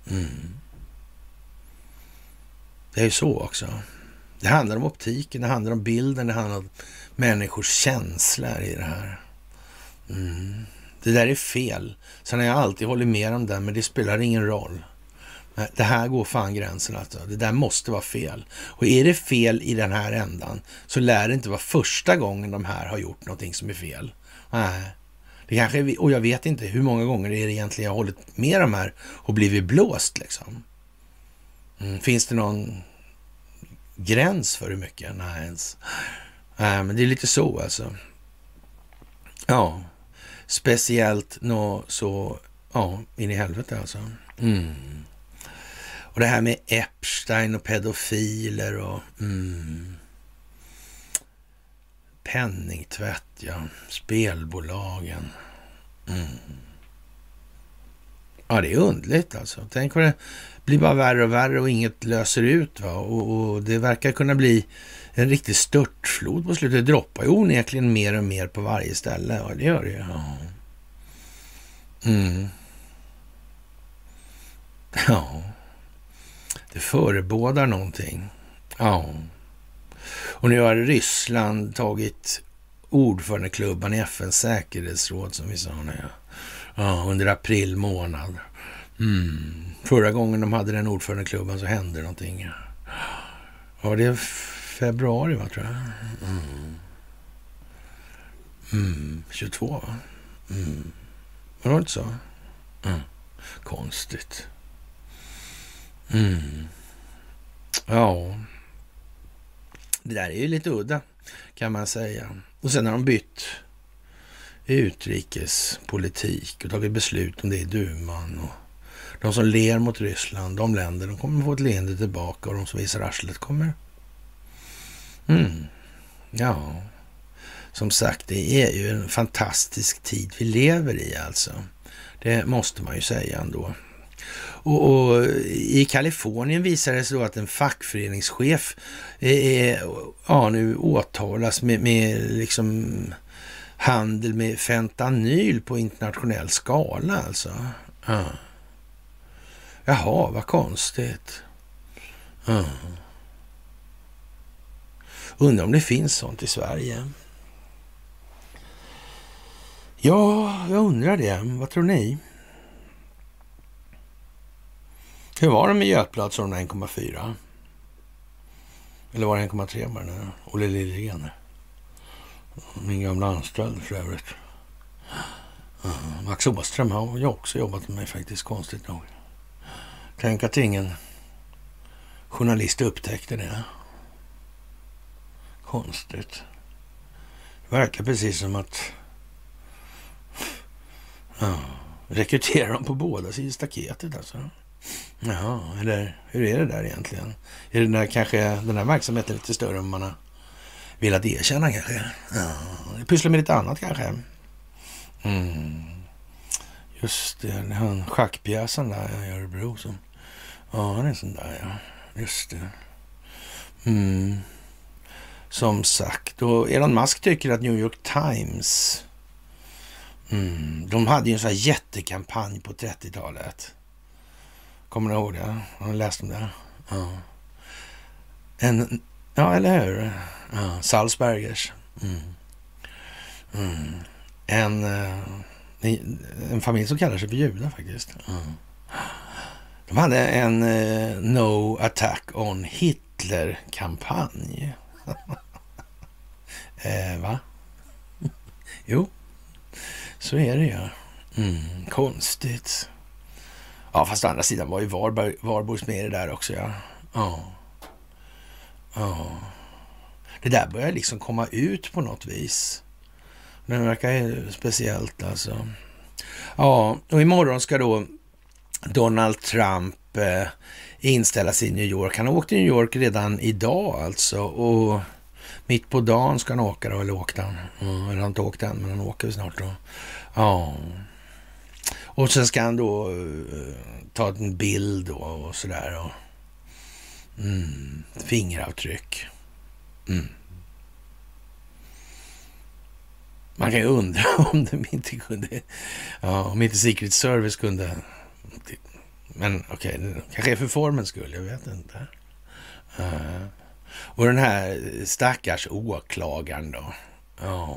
Det är ju så också. Det handlar om optiken, det handlar om bilden, det handlar om människors känslor i det här. Det där är fel. Sen har jag alltid hållit med om det, men det spelar ingen roll. Det här går fan gränsen alltså. Det där måste vara fel. Och är det fel i den här ändan, så lär det inte vara första gången de här har gjort någonting som är fel. Nej. Det kanske är, och jag vet inte hur många gånger det är egentligen jag har hållit med de här och blivit blåst liksom. Finns det någon gräns för hur mycket? Nej ens. Men det är lite så alltså. Ja. Speciellt så in i helvete alltså. Och det här med Epstein och pedofiler och penningtvätt, ja, spelbolagen. Ja, det är underligt alltså. Tänk vad det blir bara värre och värre och inget löser ut, va? Och det verkar kunna bli en riktig störtflod på slutet. Det droppar ju onekligen mer och mer på varje ställe. Ja, det gör det ju. Ja. Ja. Det förebådar någonting. Ja. Och nu har Ryssland tagit ordförandeklubban i FNs säkerhetsråd, som vi sa nu. Ja, under april månad. Förra gången de hade den ordförandeklubban så hände någonting. Ja, det är februari, va, tror jag. 22, va? Var det inte så? Konstigt. Ja, det där är ju lite udda kan man säga. Och sen har de bytt utrikespolitik och tagit beslut om det i duman. Och de som ler mot Ryssland, de länder, de kommer få ett leende tillbaka, och de som visar arslet kommer. Ja, som sagt, det är ju en fantastisk tid vi lever i alltså. Det måste man ju säga ändå. Och i Kalifornien visar det sig då att en fackföreningschef nu åtalas med liksom handel med fentanyl på internationell skala alltså. Jaha, vad konstigt. Undrar om det finns sånt i Sverige. Ja, jag undrar det. Vad tror ni? Hur var det med Götblad som 1,4? Eller var det 1,3 med den här Olle Liljegren? Min gamla anställd för övrigt. Max Åström har ju också jobbat med mig faktiskt, konstigt nog. Tänk att ingen journalist upptäckte det. Konstigt. Det verkar precis som att rekryterar dem på båda sidor staketet alltså. Ja, eller hur är det där egentligen? Är det där kanske den här verksamheten lite större än man har velat erkänna kanske? Ja, pysslar med lite annat kanske. Just det, han schackpjäsen där i Örebro som... Ja, det är sån där, ja. Just det. Som sagt, och Elon Musk tycker att New York Times... de hade ju en sån här jättekampanj på 30-talet. Kommer ni ihåg det? Har ni läst om det? Ja. Ja, eller hur? Ja, Salzbergers. En familj som kallar sig för judar faktiskt. De hade en No Attack on Hitler-kampanj. Va? Jo, så är det ju. Konstigt. Ja, fast å andra sidan var ju Warburgs med i det där också, ja. Ja. Det där börjar liksom komma ut på något vis. Det verkar ju speciellt alltså. Ja, och imorgon ska då Donald Trump inställa sig i New York. Han har åkt till New York redan idag alltså. Och mitt på dagen ska han åka då, eller åkte han? Eller han har inte åkt än, men han åker snart då. Ja. Och sen ska han då ta en bild då och sådär. Och, fingeravtryck. Man kan ju undra om de inte kunde... Ja, om inte Secret Service kunde... Men okej, kanske är för formens skull, jag vet inte. Och den här stackars åklagaren då. Ja...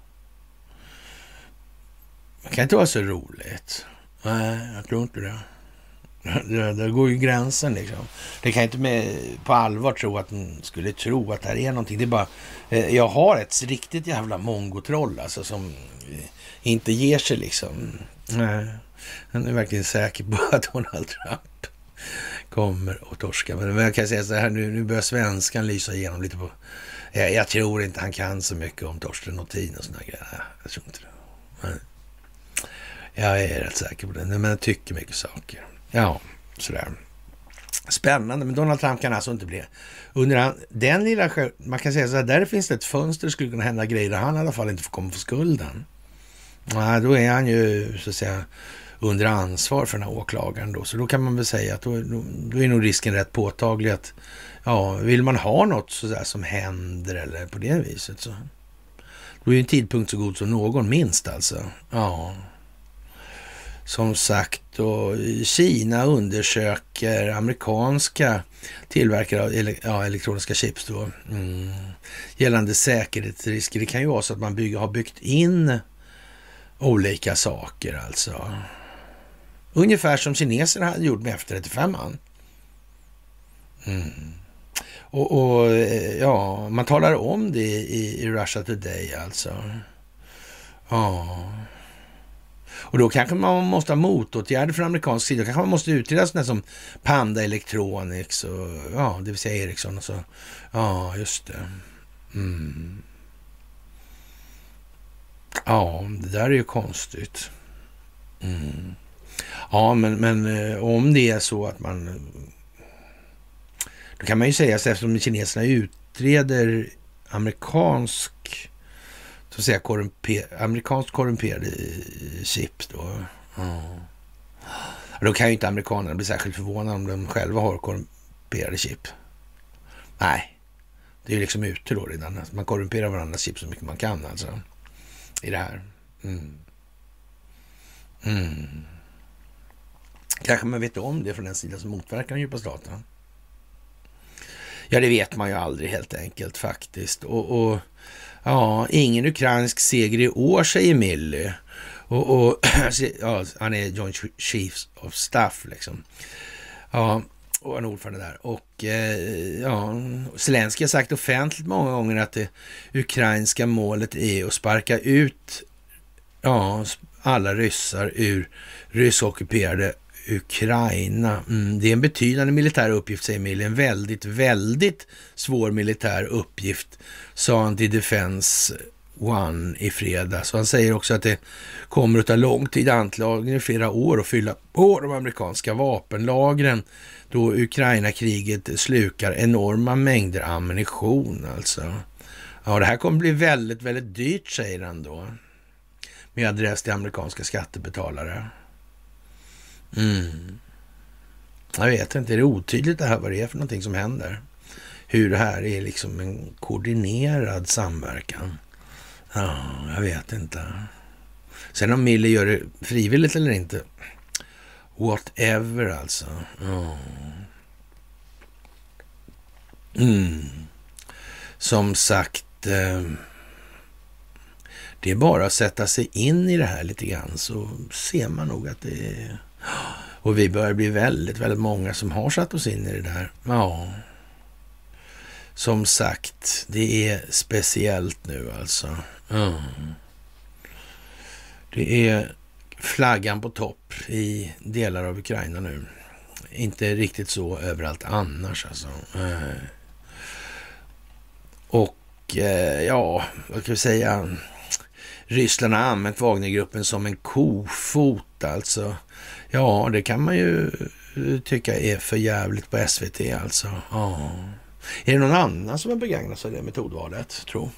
Det kan inte vara så roligt. Nej, jag tror inte det. Där går ju gränsen liksom. Det kan inte med på allvar tro att man skulle tro att det här är någonting. Det är bara, jag har ett riktigt jävla mongotroll alltså som inte ger sig liksom. Nej, han är verkligen säker på att Donald Trump kommer att torska. Men jag kan säga så här, nu börjar svenskan lysa igenom lite på... Jag tror inte han kan så mycket om Torsten Nothin och sådana grejer. Jag tror inte det. Nej. Jag är rätt säker på det, men jag tycker mycket saker. Ja, sådär. Spännande, men Donald Trump kan alltså inte bli... Under den lilla... Man kan säga så här, där finns det ett fönster, skulle kunna hända grejer där han i alla fall inte får komma på skulden. Ja, då är han ju, så att säga, under ansvar för den här åklagaren då. Så då kan man väl säga att då är nog risken rätt påtaglig att... Ja, vill man ha något så där som händer eller på det viset så... Då är ju en tidpunkt så god som någon, minst alltså. Ja... Som sagt, och Kina undersöker amerikanska tillverkare av elektroniska chips då, gällande säkerhetsrisker. Det kan ju vara så att man har byggt in olika saker alltså. Ungefär som kineserna hade gjort med F-35. Och ja, man talar om det i Russia Today alltså. Ja... Och då kanske man måste ha motåtgärder från amerikansk sida. Kanske man måste utreda sådana som Panda Electronics och ja, det vill säga Ericsson och så. Ja, just det. Ja, det där är ju konstigt. Ja, men om det är så att man... Då kan man ju säga, så eftersom kineserna utreder amerikanskt korrumperade chip då. Då kan ju inte amerikanerna bli särskilt förvånade om de själva har korrumperade chip. Nej, det är ju liksom ute då redan. Man korrumperar varandras chip så mycket man kan alltså. I det här. Kanske man vet om det från den sidan som motverkar den djupa staten. Ja, det vet man ju aldrig helt enkelt faktiskt. Och ja, ingen ukrainsk seger i år, säger Milley. Och ja, han är Joint Chiefs of Staff liksom. Ja, och en ordförande där. Och ja, Zelenskyj har sagt offentligt många gånger att det ukrainska målet är att sparka ut alla ryssar ur ryssockuperade Ukraina. Det är en betydande militär uppgift, säger Milley. En väldigt, väldigt svår militär uppgift, sa han till Defense One i fredag. Så han säger också att det kommer att ta lång tid, antagligen i flera år, att fylla på de amerikanska vapenlagren då Ukraina-kriget slukar enorma mängder ammunition alltså. Ja, det här kommer bli väldigt, väldigt dyrt, säger han då. Med adress till amerikanska skattebetalare. Jag vet inte, är det otydligt det här vad det är för någonting som händer? Hur det här är liksom en koordinerad samverkan? Ja, jag vet inte. Sen om Milley gör det frivilligt eller inte. Whatever alltså. Som sagt, det är bara att sätta sig in i det här lite grann, så ser man nog att det är... Och vi börjar bli väldigt, väldigt många som har satt oss in i det där. Ja, som sagt, det är speciellt nu alltså. Det är flaggan på topp i delar av Ukraina nu. Inte riktigt så överallt annars alltså. Och ja, vad kan vi säga? Ryssland har använt Wagnergruppen som en kofot alltså. Ja, det kan man ju tycka är för jävligt på SVT alltså. Ja. Är det någon annan som har begagnat sig av det metodvalet, tror?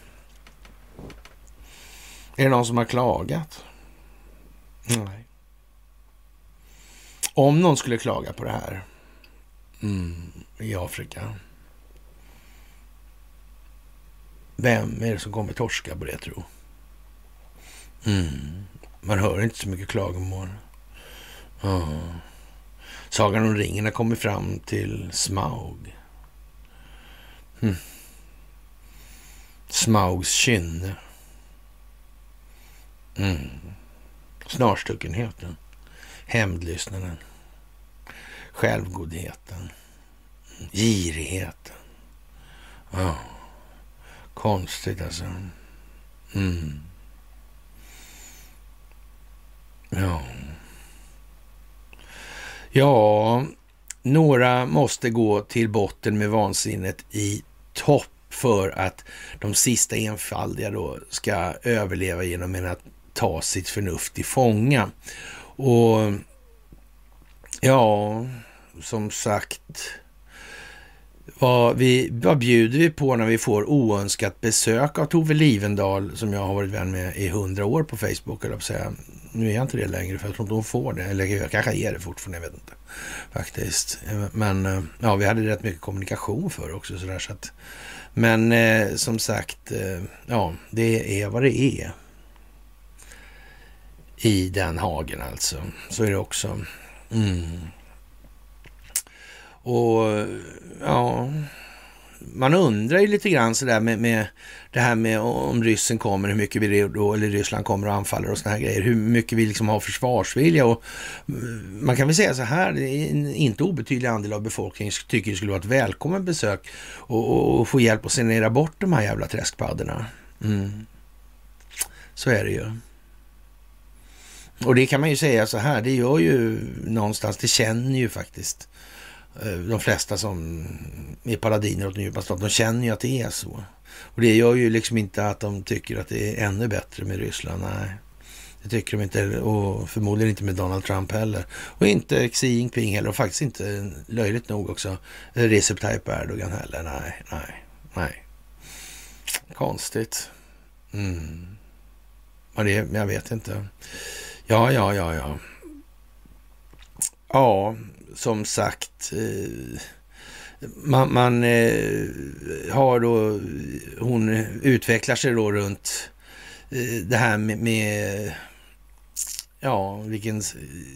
Är det någon som har klagat? Nej. Om någon skulle klaga på det här i Afrika, vem är det som kommer torska på det, tror? Man hör inte så mycket klagomål. Sagan om ringen har kommit fram till Smaug. Smaugs kynne. Snarstuckenheten. Hämndlystnaden. Självgodheten. Girigheten. Konstigt alltså. Ja, några måste gå till botten med vansinnet i topp för att de sista enfaldiga då ska överleva genom att ta sitt förnuft i fånga. Och ja, som sagt, vad bjuder vi på när vi får oönskat besök av Tove Livendal, som jag har varit vän med i 100 år på Facebook, eller säga. Nu är jag inte det längre, för jag tror inte hon får det. Eller jag kanske ger det fortfarande, jag vet inte. Faktiskt. Men ja, vi hade rätt mycket kommunikation för också. Så att, men som sagt, ja, det är vad det är. I den hagen alltså. Så är det också. Och ja, man undrar ju lite grann sådär med det här med om ryssen kommer, hur mycket vi då, eller Ryssland kommer och anfaller och såna här grejer, hur mycket vi liksom har försvarsvilja. Och man kan väl säga så här, det är en inte obetydlig andel av befolkningen tycker det skulle vara ett välkommen besök och få hjälp att sanera bort de här jävla träskpaddorna. Så är det ju. Och det kan man ju säga så här, det gör ju någonstans, det känner ju faktiskt de flesta som är paladiner åt den djupa staten, de känner ju att det är så. Och det gör ju liksom inte att de tycker att det är ännu bättre med Ryssland, nej. Det tycker de inte, och förmodligen inte med Donald Trump heller. Och inte Xi Jinping heller, och faktiskt inte, löjligt nog också, Recep Tayyip Erdogan heller, nej. Konstigt. Ja, jag vet inte. Ja. Ja, som sagt, man har då, hon utvecklar sig då runt det här med vilken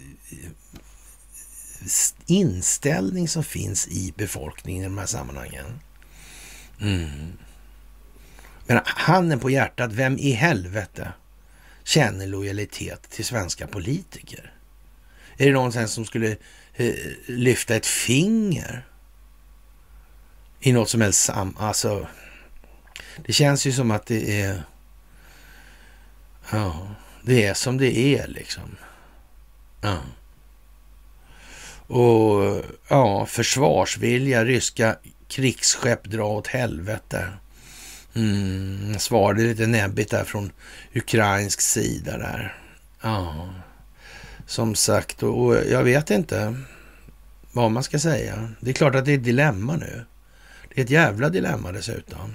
inställning som finns i befolkningen i de här sammanhangen. Men handen på hjärtat, vem i helvete känner lojalitet till svenska politiker? Är det någon som skulle lyfta ett finger i något som helst alltså, det känns ju som att det är det är som det är liksom. Och försvarsvilja, ryska krigsskepp dra åt helvete. Svarade lite näbbigt där från ukrainsk sida där. Som sagt, och jag vet inte vad man ska säga. Det är klart att det är ett dilemma nu. Det är ett jävla dilemma dessutom.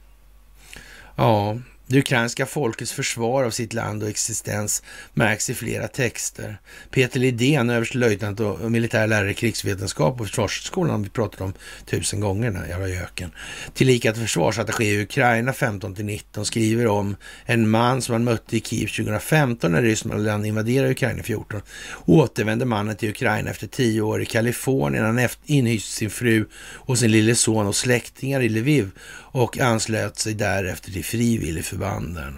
Det ukrainska folkets försvar av sitt land och existens märks i flera texter. Peter Lidén, överstelöjtnant och militär lärare i krigsvetenskap på Försvarsskolan, vi pratat om 1000 gånger den här jävla göken. Tillika att försvarsattaché i Ukraina 15-19 skriver om en man som han mötte i Kiev 2015 när Ryssland invaderade Ukraina 14. Återvände mannen till Ukraina efter 10 år i Kalifornien. Han inhyste sin fru och sin lille son och släktingar i Lviv och anslöt sig därefter till frivilligförbanden.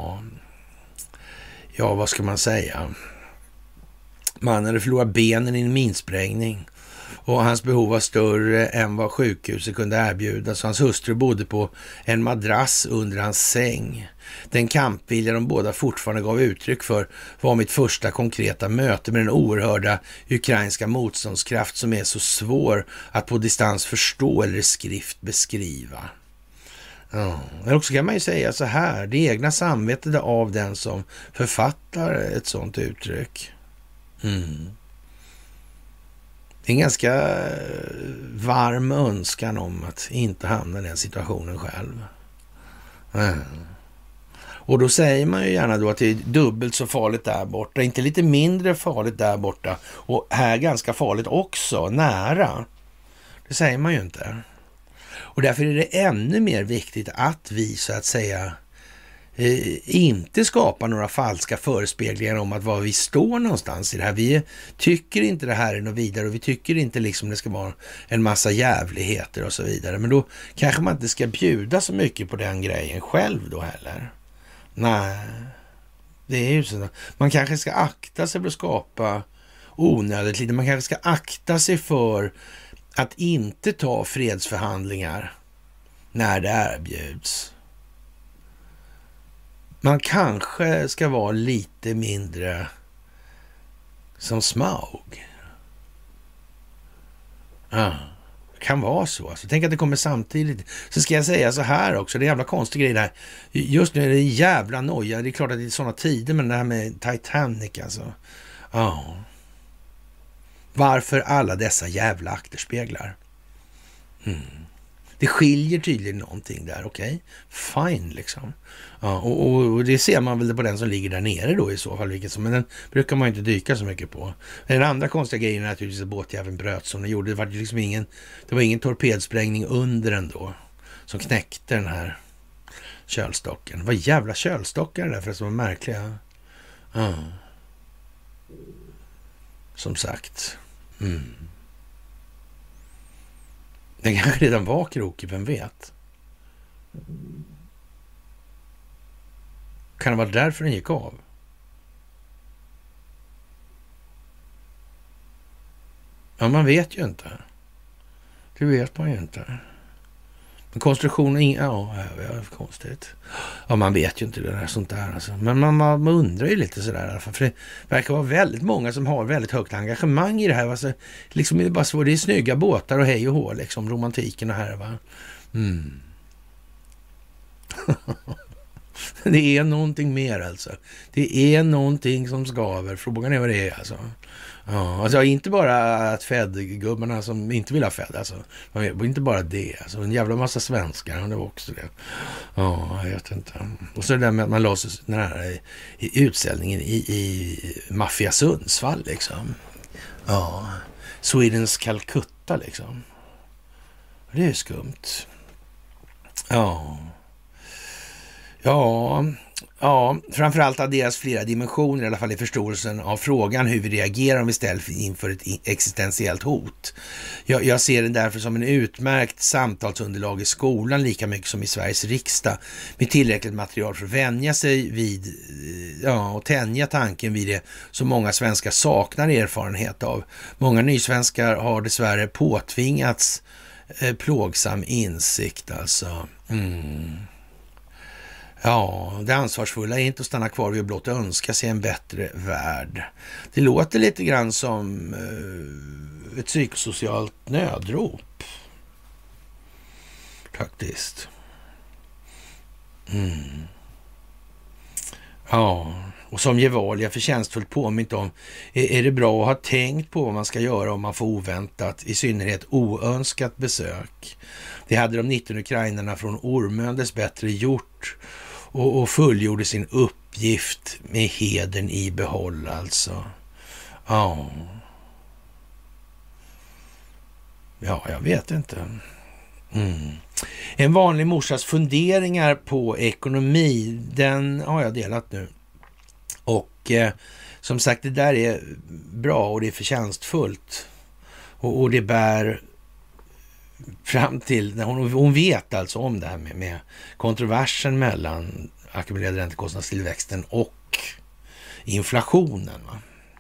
Ja, vad ska man säga? Mannen hade förlorat benen i en minsprängning och hans behov var större än vad sjukhuset kunde erbjuda, så hans hustru bodde på en madrass under hans säng. Den kampvilja de båda fortfarande gav uttryck för var mitt första konkreta möte med den oerhörda ukrainska motståndskraft som är så svår att på distans förstå eller i skrift beskriva. Men också kan man ju säga så här, det egna samvetet av den som författar ett sånt uttryck. Det är en ganska varm önskan om att inte hamna i den situationen själv. Och då säger man ju gärna då att det är dubbelt så farligt där borta, inte lite mindre farligt där borta, och här ganska farligt också, nära. Det säger man ju inte. Och därför är det ännu mer viktigt att vi så att säga inte skapar några falska förespeglingar om att var vi står någonstans i det här. Vi tycker inte det här är något vidare och vi tycker inte liksom det ska vara en massa jävligheter och så vidare. Men då kanske man inte ska bjuda så mycket på den grejen själv då heller. Nej, det är ju så. Man kanske ska akta sig för att skapa onödigt lite. Man kanske ska akta sig för att inte ta fredsförhandlingar när det erbjuds. Man kanske ska vara lite mindre som Smaug. Kan vara så. Alltså, tänk att det kommer samtidigt. Så ska jag säga så här också, det är jävla konstig grej där. Just nu är det jävla noja. Det är klart att det är sådana tider, men det här med Titanic alltså. Varför alla dessa jävla akterspeglar? Det skiljer tydligen någonting där, okej? Fine liksom. Och det ser man väl på den som ligger där nere då i så fall, men den brukar man inte dyka så mycket på. Den andra konstiga grejen är naturligtvis att båtjäveln bröt som den gjorde. Det var liksom ingen torpedsprängning under den då som knäckte den här kölstocken. Vad jävla kölstockar där för att de var märkliga. Som sagt. Den kanske redan var krokig, vem vet? Kan det vara därför den gick av? Ja, man vet ju inte. Det vet man ju inte. Men konstruktionen, ja, konstigt. Ja, man vet ju inte det där sånt där alltså. Men man undrar ju lite sådär i alla fall. För det verkar vara väldigt många som har väldigt högt engagemang i det här. Alltså, liksom det är bara så, det är snygga båtar och hej och hå, liksom romantiken och här, va. Det är någonting mer alltså. Det är någonting som skaver. Frågan är vad det är alltså. Ja, alltså inte bara att Fed-gubbarna som inte vill ha Fed, alltså. Inte bara det, alltså en jävla massa svenskar, det var också det. Ja, jag vet inte. Och så det där med att man la sig den här i utställningen i Maffia Sundsvall liksom. Ja, Swedens Calcutta liksom. Det är skumt. Ja, framförallt adderas flera dimensioner i alla fall i förståelsen av frågan hur vi reagerar om vi ställs inför ett existentiellt hot. Jag ser det därför som en utmärkt samtalsunderlag i skolan lika mycket som i Sveriges riksdag med tillräckligt material för att vänja sig vid och tänja tanken vid det som många svenskar saknar erfarenhet av. Många nysvenskar har dessvärre påtvingats plågsam insikt alltså. Ja, det ansvarsfulla är inte att stanna kvar vid att blott önska sig en bättre värld. Det låter lite grann som ett psykosocialt nödrop. Faktiskt. Ja, och som Gevalia förtjänstfullt påmint om är det bra att ha tänkt på vad man ska göra om man får oväntat, i synnerhet oönskat besök. Det hade de 19 ukrainarna från Ormön dess bättre gjort och fullgjorde sin uppgift med hedern i behåll alltså. Ja, jag vet inte. En vanlig morsas funderingar på ekonomi, den har jag delat nu. Och som sagt, det där är bra och det är förtjänstfullt. Och det bär fram till, hon vet alltså om det här med kontroversen mellan ackumulerade räntekostnadstillväxten och inflationen. Va?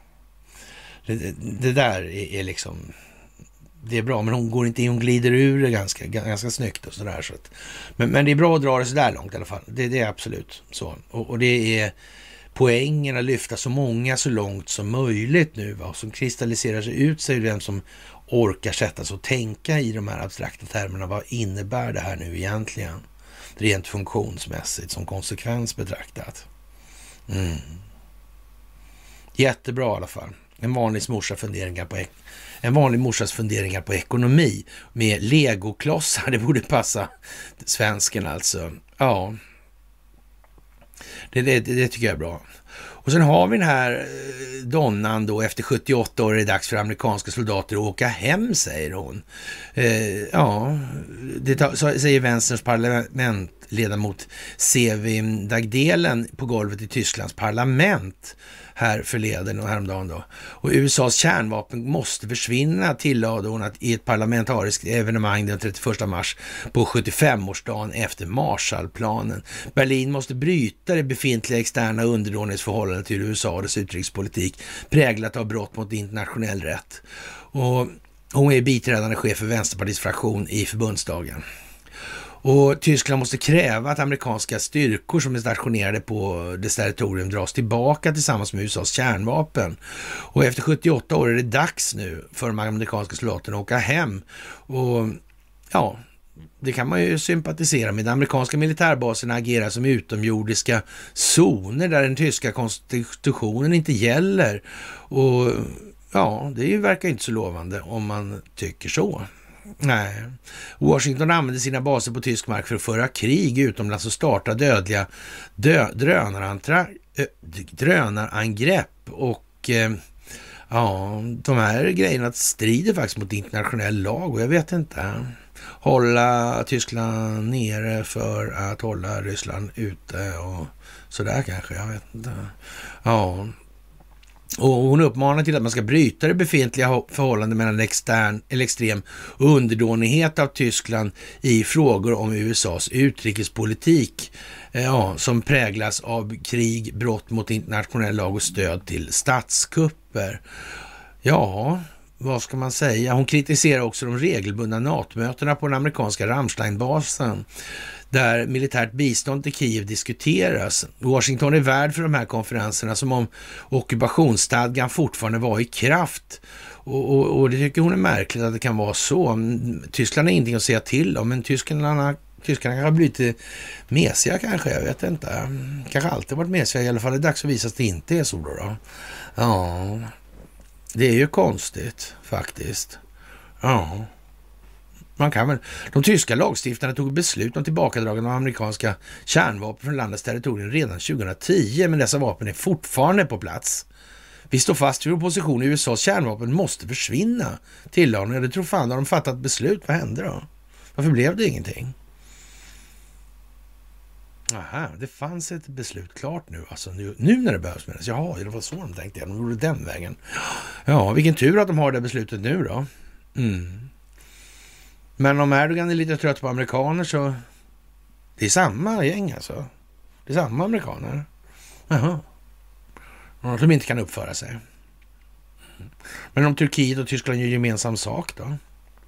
Det där är liksom, det är bra, men hon går inte in, hon glider ur det ganska snyggt och sådär. Så att, men det är bra att dra det så där långt i alla fall. Det är absolut så. Och det är poängen att lyfta så många så långt som möjligt nu, va? Som kristalliserar sig ut sig vem som orkar sätta sig och tänka i de här abstrakta termerna. Vad innebär det här nu egentligen? Rent funktionsmässigt, som konsekvens betraktat. Jättebra i alla fall. En vanlig morsas funderingar på ekonomi med legoklossar. Det borde passa svensken alltså. Ja, det tycker jag är bra. Och sen har vi den här donnan då, efter 78 år är det dags för amerikanska soldater att åka hem, säger hon. Det säger vänsterns parlamentledamot Sevim Dagdelen på golvet i Tysklands parlament här förleden och häromdagen då. Och USAs kärnvapen måste försvinna, tillade hon i ett parlamentariskt evenemang den 31 mars på 75-årsdagen efter Marshallplanen. Berlin måste bryta det befintliga externa underordningsförhållandet till USA och dess utrikespolitik präglat av brott mot internationell rätt. Och hon är biträdande chef för Vänsterpartiets fraktion i förbundsdagen. Och Tyskland måste kräva att amerikanska styrkor som är stationerade på dess territorium dras tillbaka tillsammans med USAs kärnvapen. Och efter 78 år är det dags nu för de amerikanska soldaterna att åka hem. Och ja, det kan man ju sympatisera med. De amerikanska militärbaserna agerar som utomjordiska zoner där den tyska konstitutionen inte gäller. Och ja, det verkar inte så lovande om man tycker så. Nej. Washington använde sina baser på tysk mark för att föra krig utomlands och starta dödliga drönarangrepp och de här grejerna strider faktiskt mot internationell lag och jag vet inte. Hålla Tyskland nere för att hålla Ryssland ute och sådär kanske, jag vet inte. Ja. Och hon uppmanar till att man ska bryta det befintliga förhållandet mellan extrem underdånighet av Tyskland i frågor om USAs utrikespolitik som präglas av krig, brott mot internationell lag och stöd till statskupper. Ja, vad ska man säga? Hon kritiserar också de regelbundna NATO-mötena på den amerikanska Ramstein-basen där militärt bistånd till Kiev diskuteras. Washington är värd för de här konferenserna som om ockupationsstadgan fortfarande var i kraft. Och det tycker hon är märkligt att det kan vara så. Tyskland är ingenting att säga till om, men tyskarna kanske har blivit lite mesiga kanske, jag vet inte. Kanske alltid varit mesiga, i alla fall är det dags att visa att det inte är så då. Ja, det är ju konstigt faktiskt. Ja, man kan väl. De tyska lagstiftarna tog beslut om tillbakadragande av amerikanska kärnvapen från landets territorium redan 2010, men dessa vapen är fortfarande på plats. Vi står fast vid vår position. USAs kärnvapen måste försvinna, tillade hon. Det tror fan har de fattat beslut. Vad hände då? Varför blev det ingenting? Aha, det fanns ett beslut klart nu. Alltså nu när det behövs med det. Jaha, det var så de tänkte. De gjorde den vägen. Ja, vilken tur att de har det beslutet nu då. Men om Erdogan är lite trött på amerikaner så det är samma gäng alltså. Det är samma amerikaner. Jaha. Att de inte kan uppföra sig. Men om Turkiet och Tyskland gör gemensam sak då?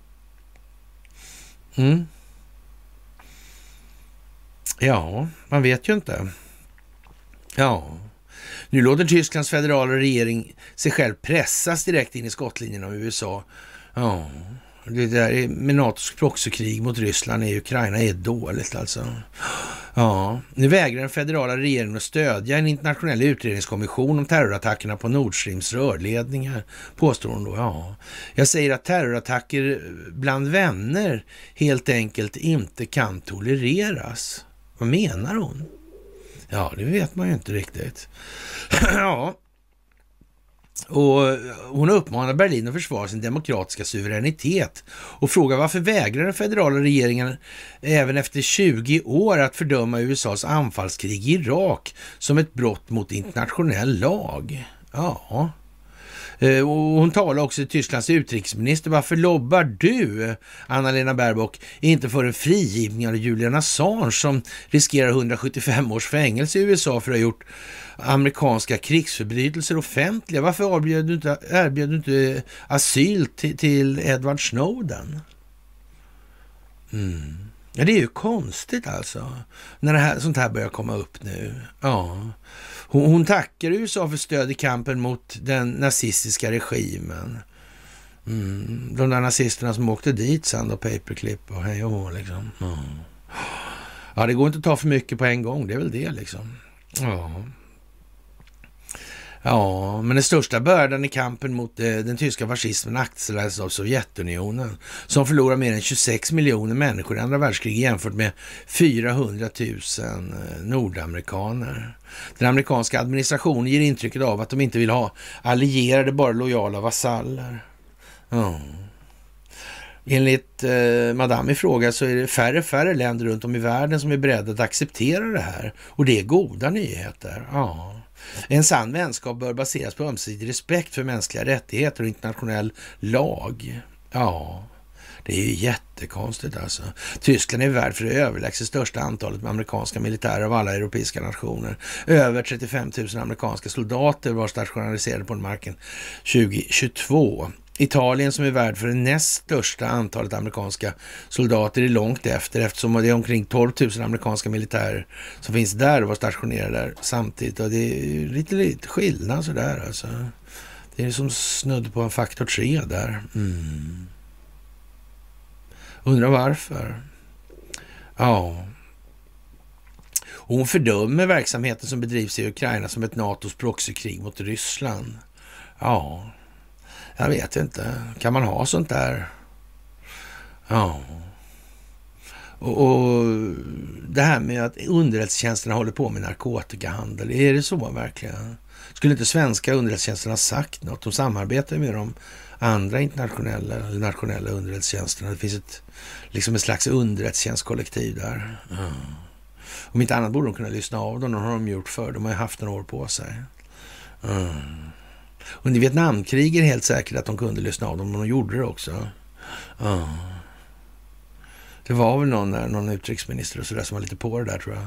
Ja, man vet ju inte. Ja, nu låter Tysklands federala regering sig själv pressas direkt in i skottlinjen av USA. Ja, det där med NATOs proxykrig mot Ryssland i Ukraina är dåligt alltså. Ja, nu vägrar den federala regeringen att stödja en internationell utredningskommission om terrorattackerna på Nord Streams rörledningar, påstår hon då. Ja, jag säger att terrorattacker bland vänner helt enkelt inte kan tolereras. Vad menar hon? Ja, det vet man ju inte riktigt. Ja, och hon uppmanar Berlin att försvara sin demokratiska suveränitet och frågar varför vägrar den federala regeringen även efter 20 år att fördöma USAs anfallskrig i Irak som ett brott mot internationell lag. Ja. Och hon talar också till Tysklands utrikesminister. Varför lobbar du, Anna-Lena Baerbock, inte för en frigivning av Julian Assange som riskerar 175 års fängelse i USA för att ha gjort amerikanska krigsförbrytelser offentliga? Varför erbjöd du inte asyl till Edward Snowden? Ja, det är ju konstigt alltså när sånt här börjar komma upp nu. Ja. Hon tackar USA för stöd i kampen mot den nazistiska regimen. De där nazisterna som åkte dit sen då, paperclip och hej och hå liksom. Ja, det går inte att ta för mycket på en gång, det är väl det liksom. Ja, men den största bördan i kampen mot den tyska fascismen axlades av Sovjetunionen som förlorar mer än 26 miljoner människor i andra världskriget jämfört med 400 000 nordamerikaner. Den amerikanska administrationen ger intrycket av att de inte vill ha allierade, bara lojala vasaller. Enligt Madame i fråga så är det färre länder runt om i världen som är beredda att acceptera det här. Och det är goda nyheter. Ja. En sann vänskap bör baseras på ömsesidig respekt för mänskliga rättigheter och internationell lag. Ja, det är ju jättekonstigt alltså. Tyskland är värd för det överlägset största antalet med amerikanska militärer av alla europeiska nationer. Över 35 000 amerikanska soldater var stationaliserade på marken 2022. Italien som är värd för det näst största antalet amerikanska soldater är långt efter, eftersom det är omkring 12 000 amerikanska militärer som finns där och var stationerade där samtidigt. Och det är lite skillnad sådär alltså. Det är som snudd på en faktor 3 där. Undrar varför? Ja. Och hon fördömer verksamheten som bedrivs i Ukraina som ett NATOs proxykrig mot Ryssland. Ja. Jag vet inte. Kan man ha sånt där? Ja. Och det här med att underrättelsetjänsterna håller på med narkotikahandel. Är det så verkligen? Skulle inte svenska underrättelsetjänsterna sagt något? De samarbetar med de andra internationella eller nationella underrättelsetjänsterna. Det finns ett slags underrättelsetjänstkollektiv där. Om inte annat borde de kunna lyssna av dem. Det har de gjort för. De har ju haft några år på sig. Under Vietnamkriget är helt säkert att de kunde lyssna av dem, men de gjorde det också. Det var väl någon utrikesminister och sådär som var lite på det där, tror jag.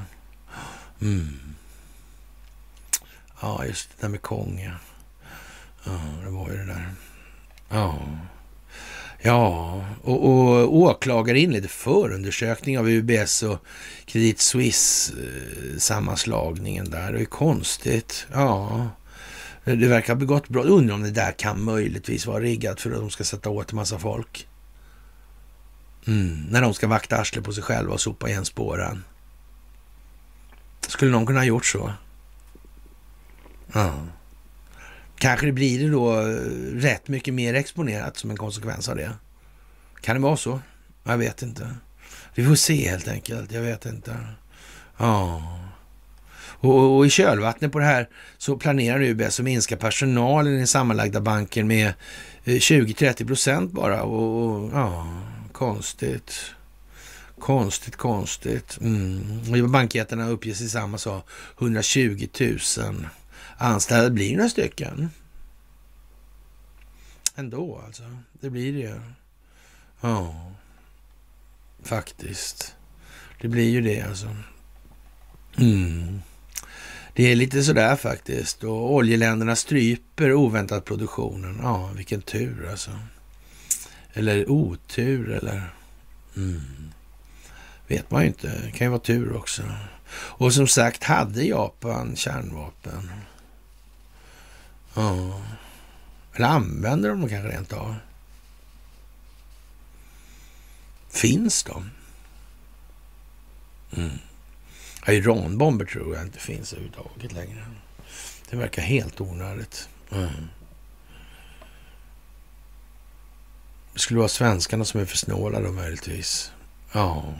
Ja, just det där med Kong, ja. Det var ju det där. Ja, och åklagare inledde förundersökning av UBS och Credit Suisse sammanslagningen där. Det är konstigt. Ja, det verkar ha begått brott. Undrar om det där kan möjligtvis vara riggat för att de ska sätta åt en massa folk. När de ska vakta arslet på sig själva och sopa igen spåren. Skulle någon kunna ha gjort så? Ja. Kanske det blir det då rätt mycket mer exponerat som en konsekvens av det. Kan det vara så? Jag vet inte. Vi får se helt enkelt. Jag vet inte. Ja. Och i kölvattnet på det här så planerar UBS att minska personalen i sammanlagda banken med 20-30% bara. Och konstigt. Konstigt. Och bankjättarna uppges i samma så 120 000 anställda. Blir några stycken. Ändå alltså. Det blir det. Ja. Faktiskt. Det blir ju det alltså. Det är lite sådär faktiskt. Och oljeländerna stryper oväntat produktionen. Ja, vilken tur alltså. Eller otur eller... Vet man ju inte. Det kan ju vara tur också. Och som sagt, hade Japan kärnvapen? Ja. Eller använder de kanske rent av? Finns de? Iranbomber tror jag inte finns överhuvudtaget längre. Det verkar helt onödigt. Det skulle vara svenskarna som är för snåla då möjligtvis. Ja.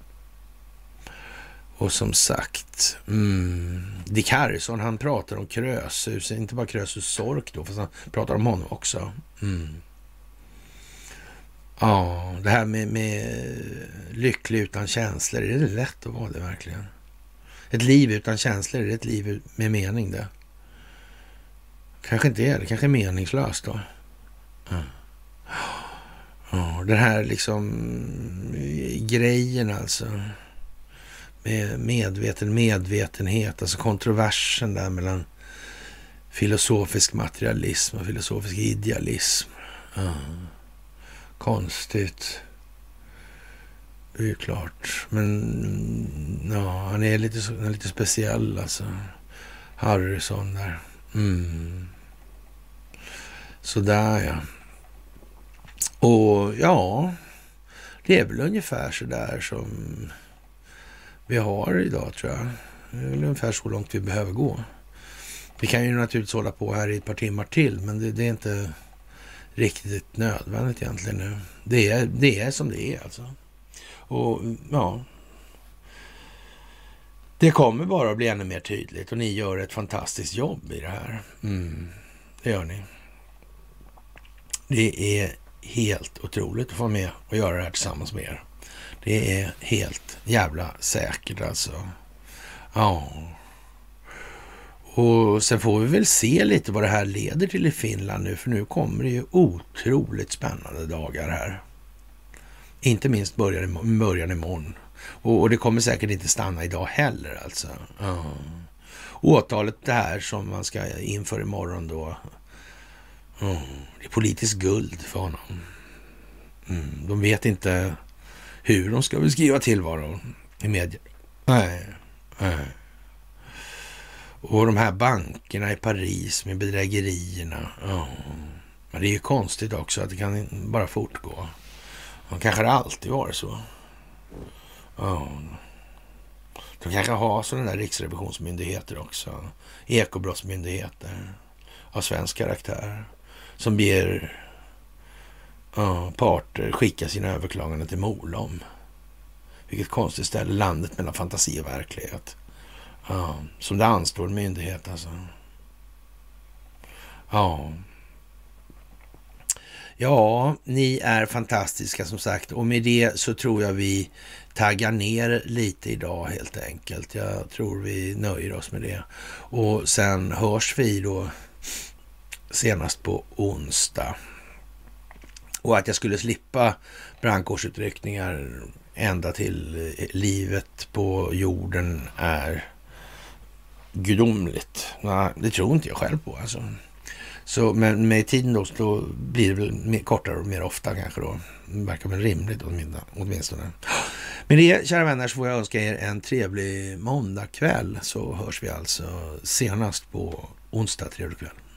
Och som sagt, Dick Harrison, han pratar om Krösus, inte bara Krösus Sork då, fast han pratar om honom också. Ja, det här med lycklig utan känslor, är det lätt att vara det verkligen? Ett liv utan känslor, är det ett liv med mening det? Kanske inte är det, kanske är meningslöst då. Ja, den här liksom grejen alltså. Med medvetenhet, alltså kontroversen där mellan filosofisk materialism och filosofisk idealism. Konstigt. Det är ju klart. Men ja, han är lite speciell alltså. Harrison där. Sådär ja. Och ja, det är väl ungefär så där som vi har idag tror jag. Det är väl ungefär så långt vi behöver gå. Vi kan ju naturligtvis hålla på här i ett par timmar till, men det är inte riktigt nödvändigt egentligen nu. Det är som det är alltså. Och ja, det kommer bara att bli ännu mer tydligt och ni gör ett fantastiskt jobb i det här. Det gör ni. Det är helt otroligt att få med och göra det här tillsammans med er. Det är helt jävla säkert alltså. Ja. Och sen får vi väl se lite vad det här leder till i Finland nu. För nu kommer det ju otroligt spännande dagar här. Inte minst början imorgon. Och det kommer säkert inte stanna idag heller alltså. Ja. Åtalet det här som man ska inför imorgon då. Det är politiskt guld för honom. De vet inte hur de ska beskriva tillvaron i media. Nej. Och de här bankerna i Paris med bedrägerierna. Men det är ju konstigt också att det kan bara fortgå. Kanske det alltid varit så. De kanske har sådana där riksrevisionsmyndigheter också. Ekobrottsmyndigheter av svensk karaktär. Som ber parter skicka sina överklaganden till Molom. Vilket konstigt ställe, landet mellan fantasi och verklighet. Som det anstår en myndighet alltså. Ja, ni är fantastiska som sagt. Och med det så tror jag vi taggar ner lite idag helt enkelt. Jag tror vi nöjer oss med det. Och sen hörs vi då senast på onsdag. Och att jag skulle slippa brandkårsutryckningar ända till livet på jorden är gudomligt. Nej, det tror inte jag själv på alltså. Så, men med tiden då så blir det väl kortare och mer ofta kanske då. Det verkar väl rimligt åtminstone. Med det, kära vänner, så får jag önska er en trevlig måndagkväll. Så hörs vi alltså senast på onsdag, trevlig kväll.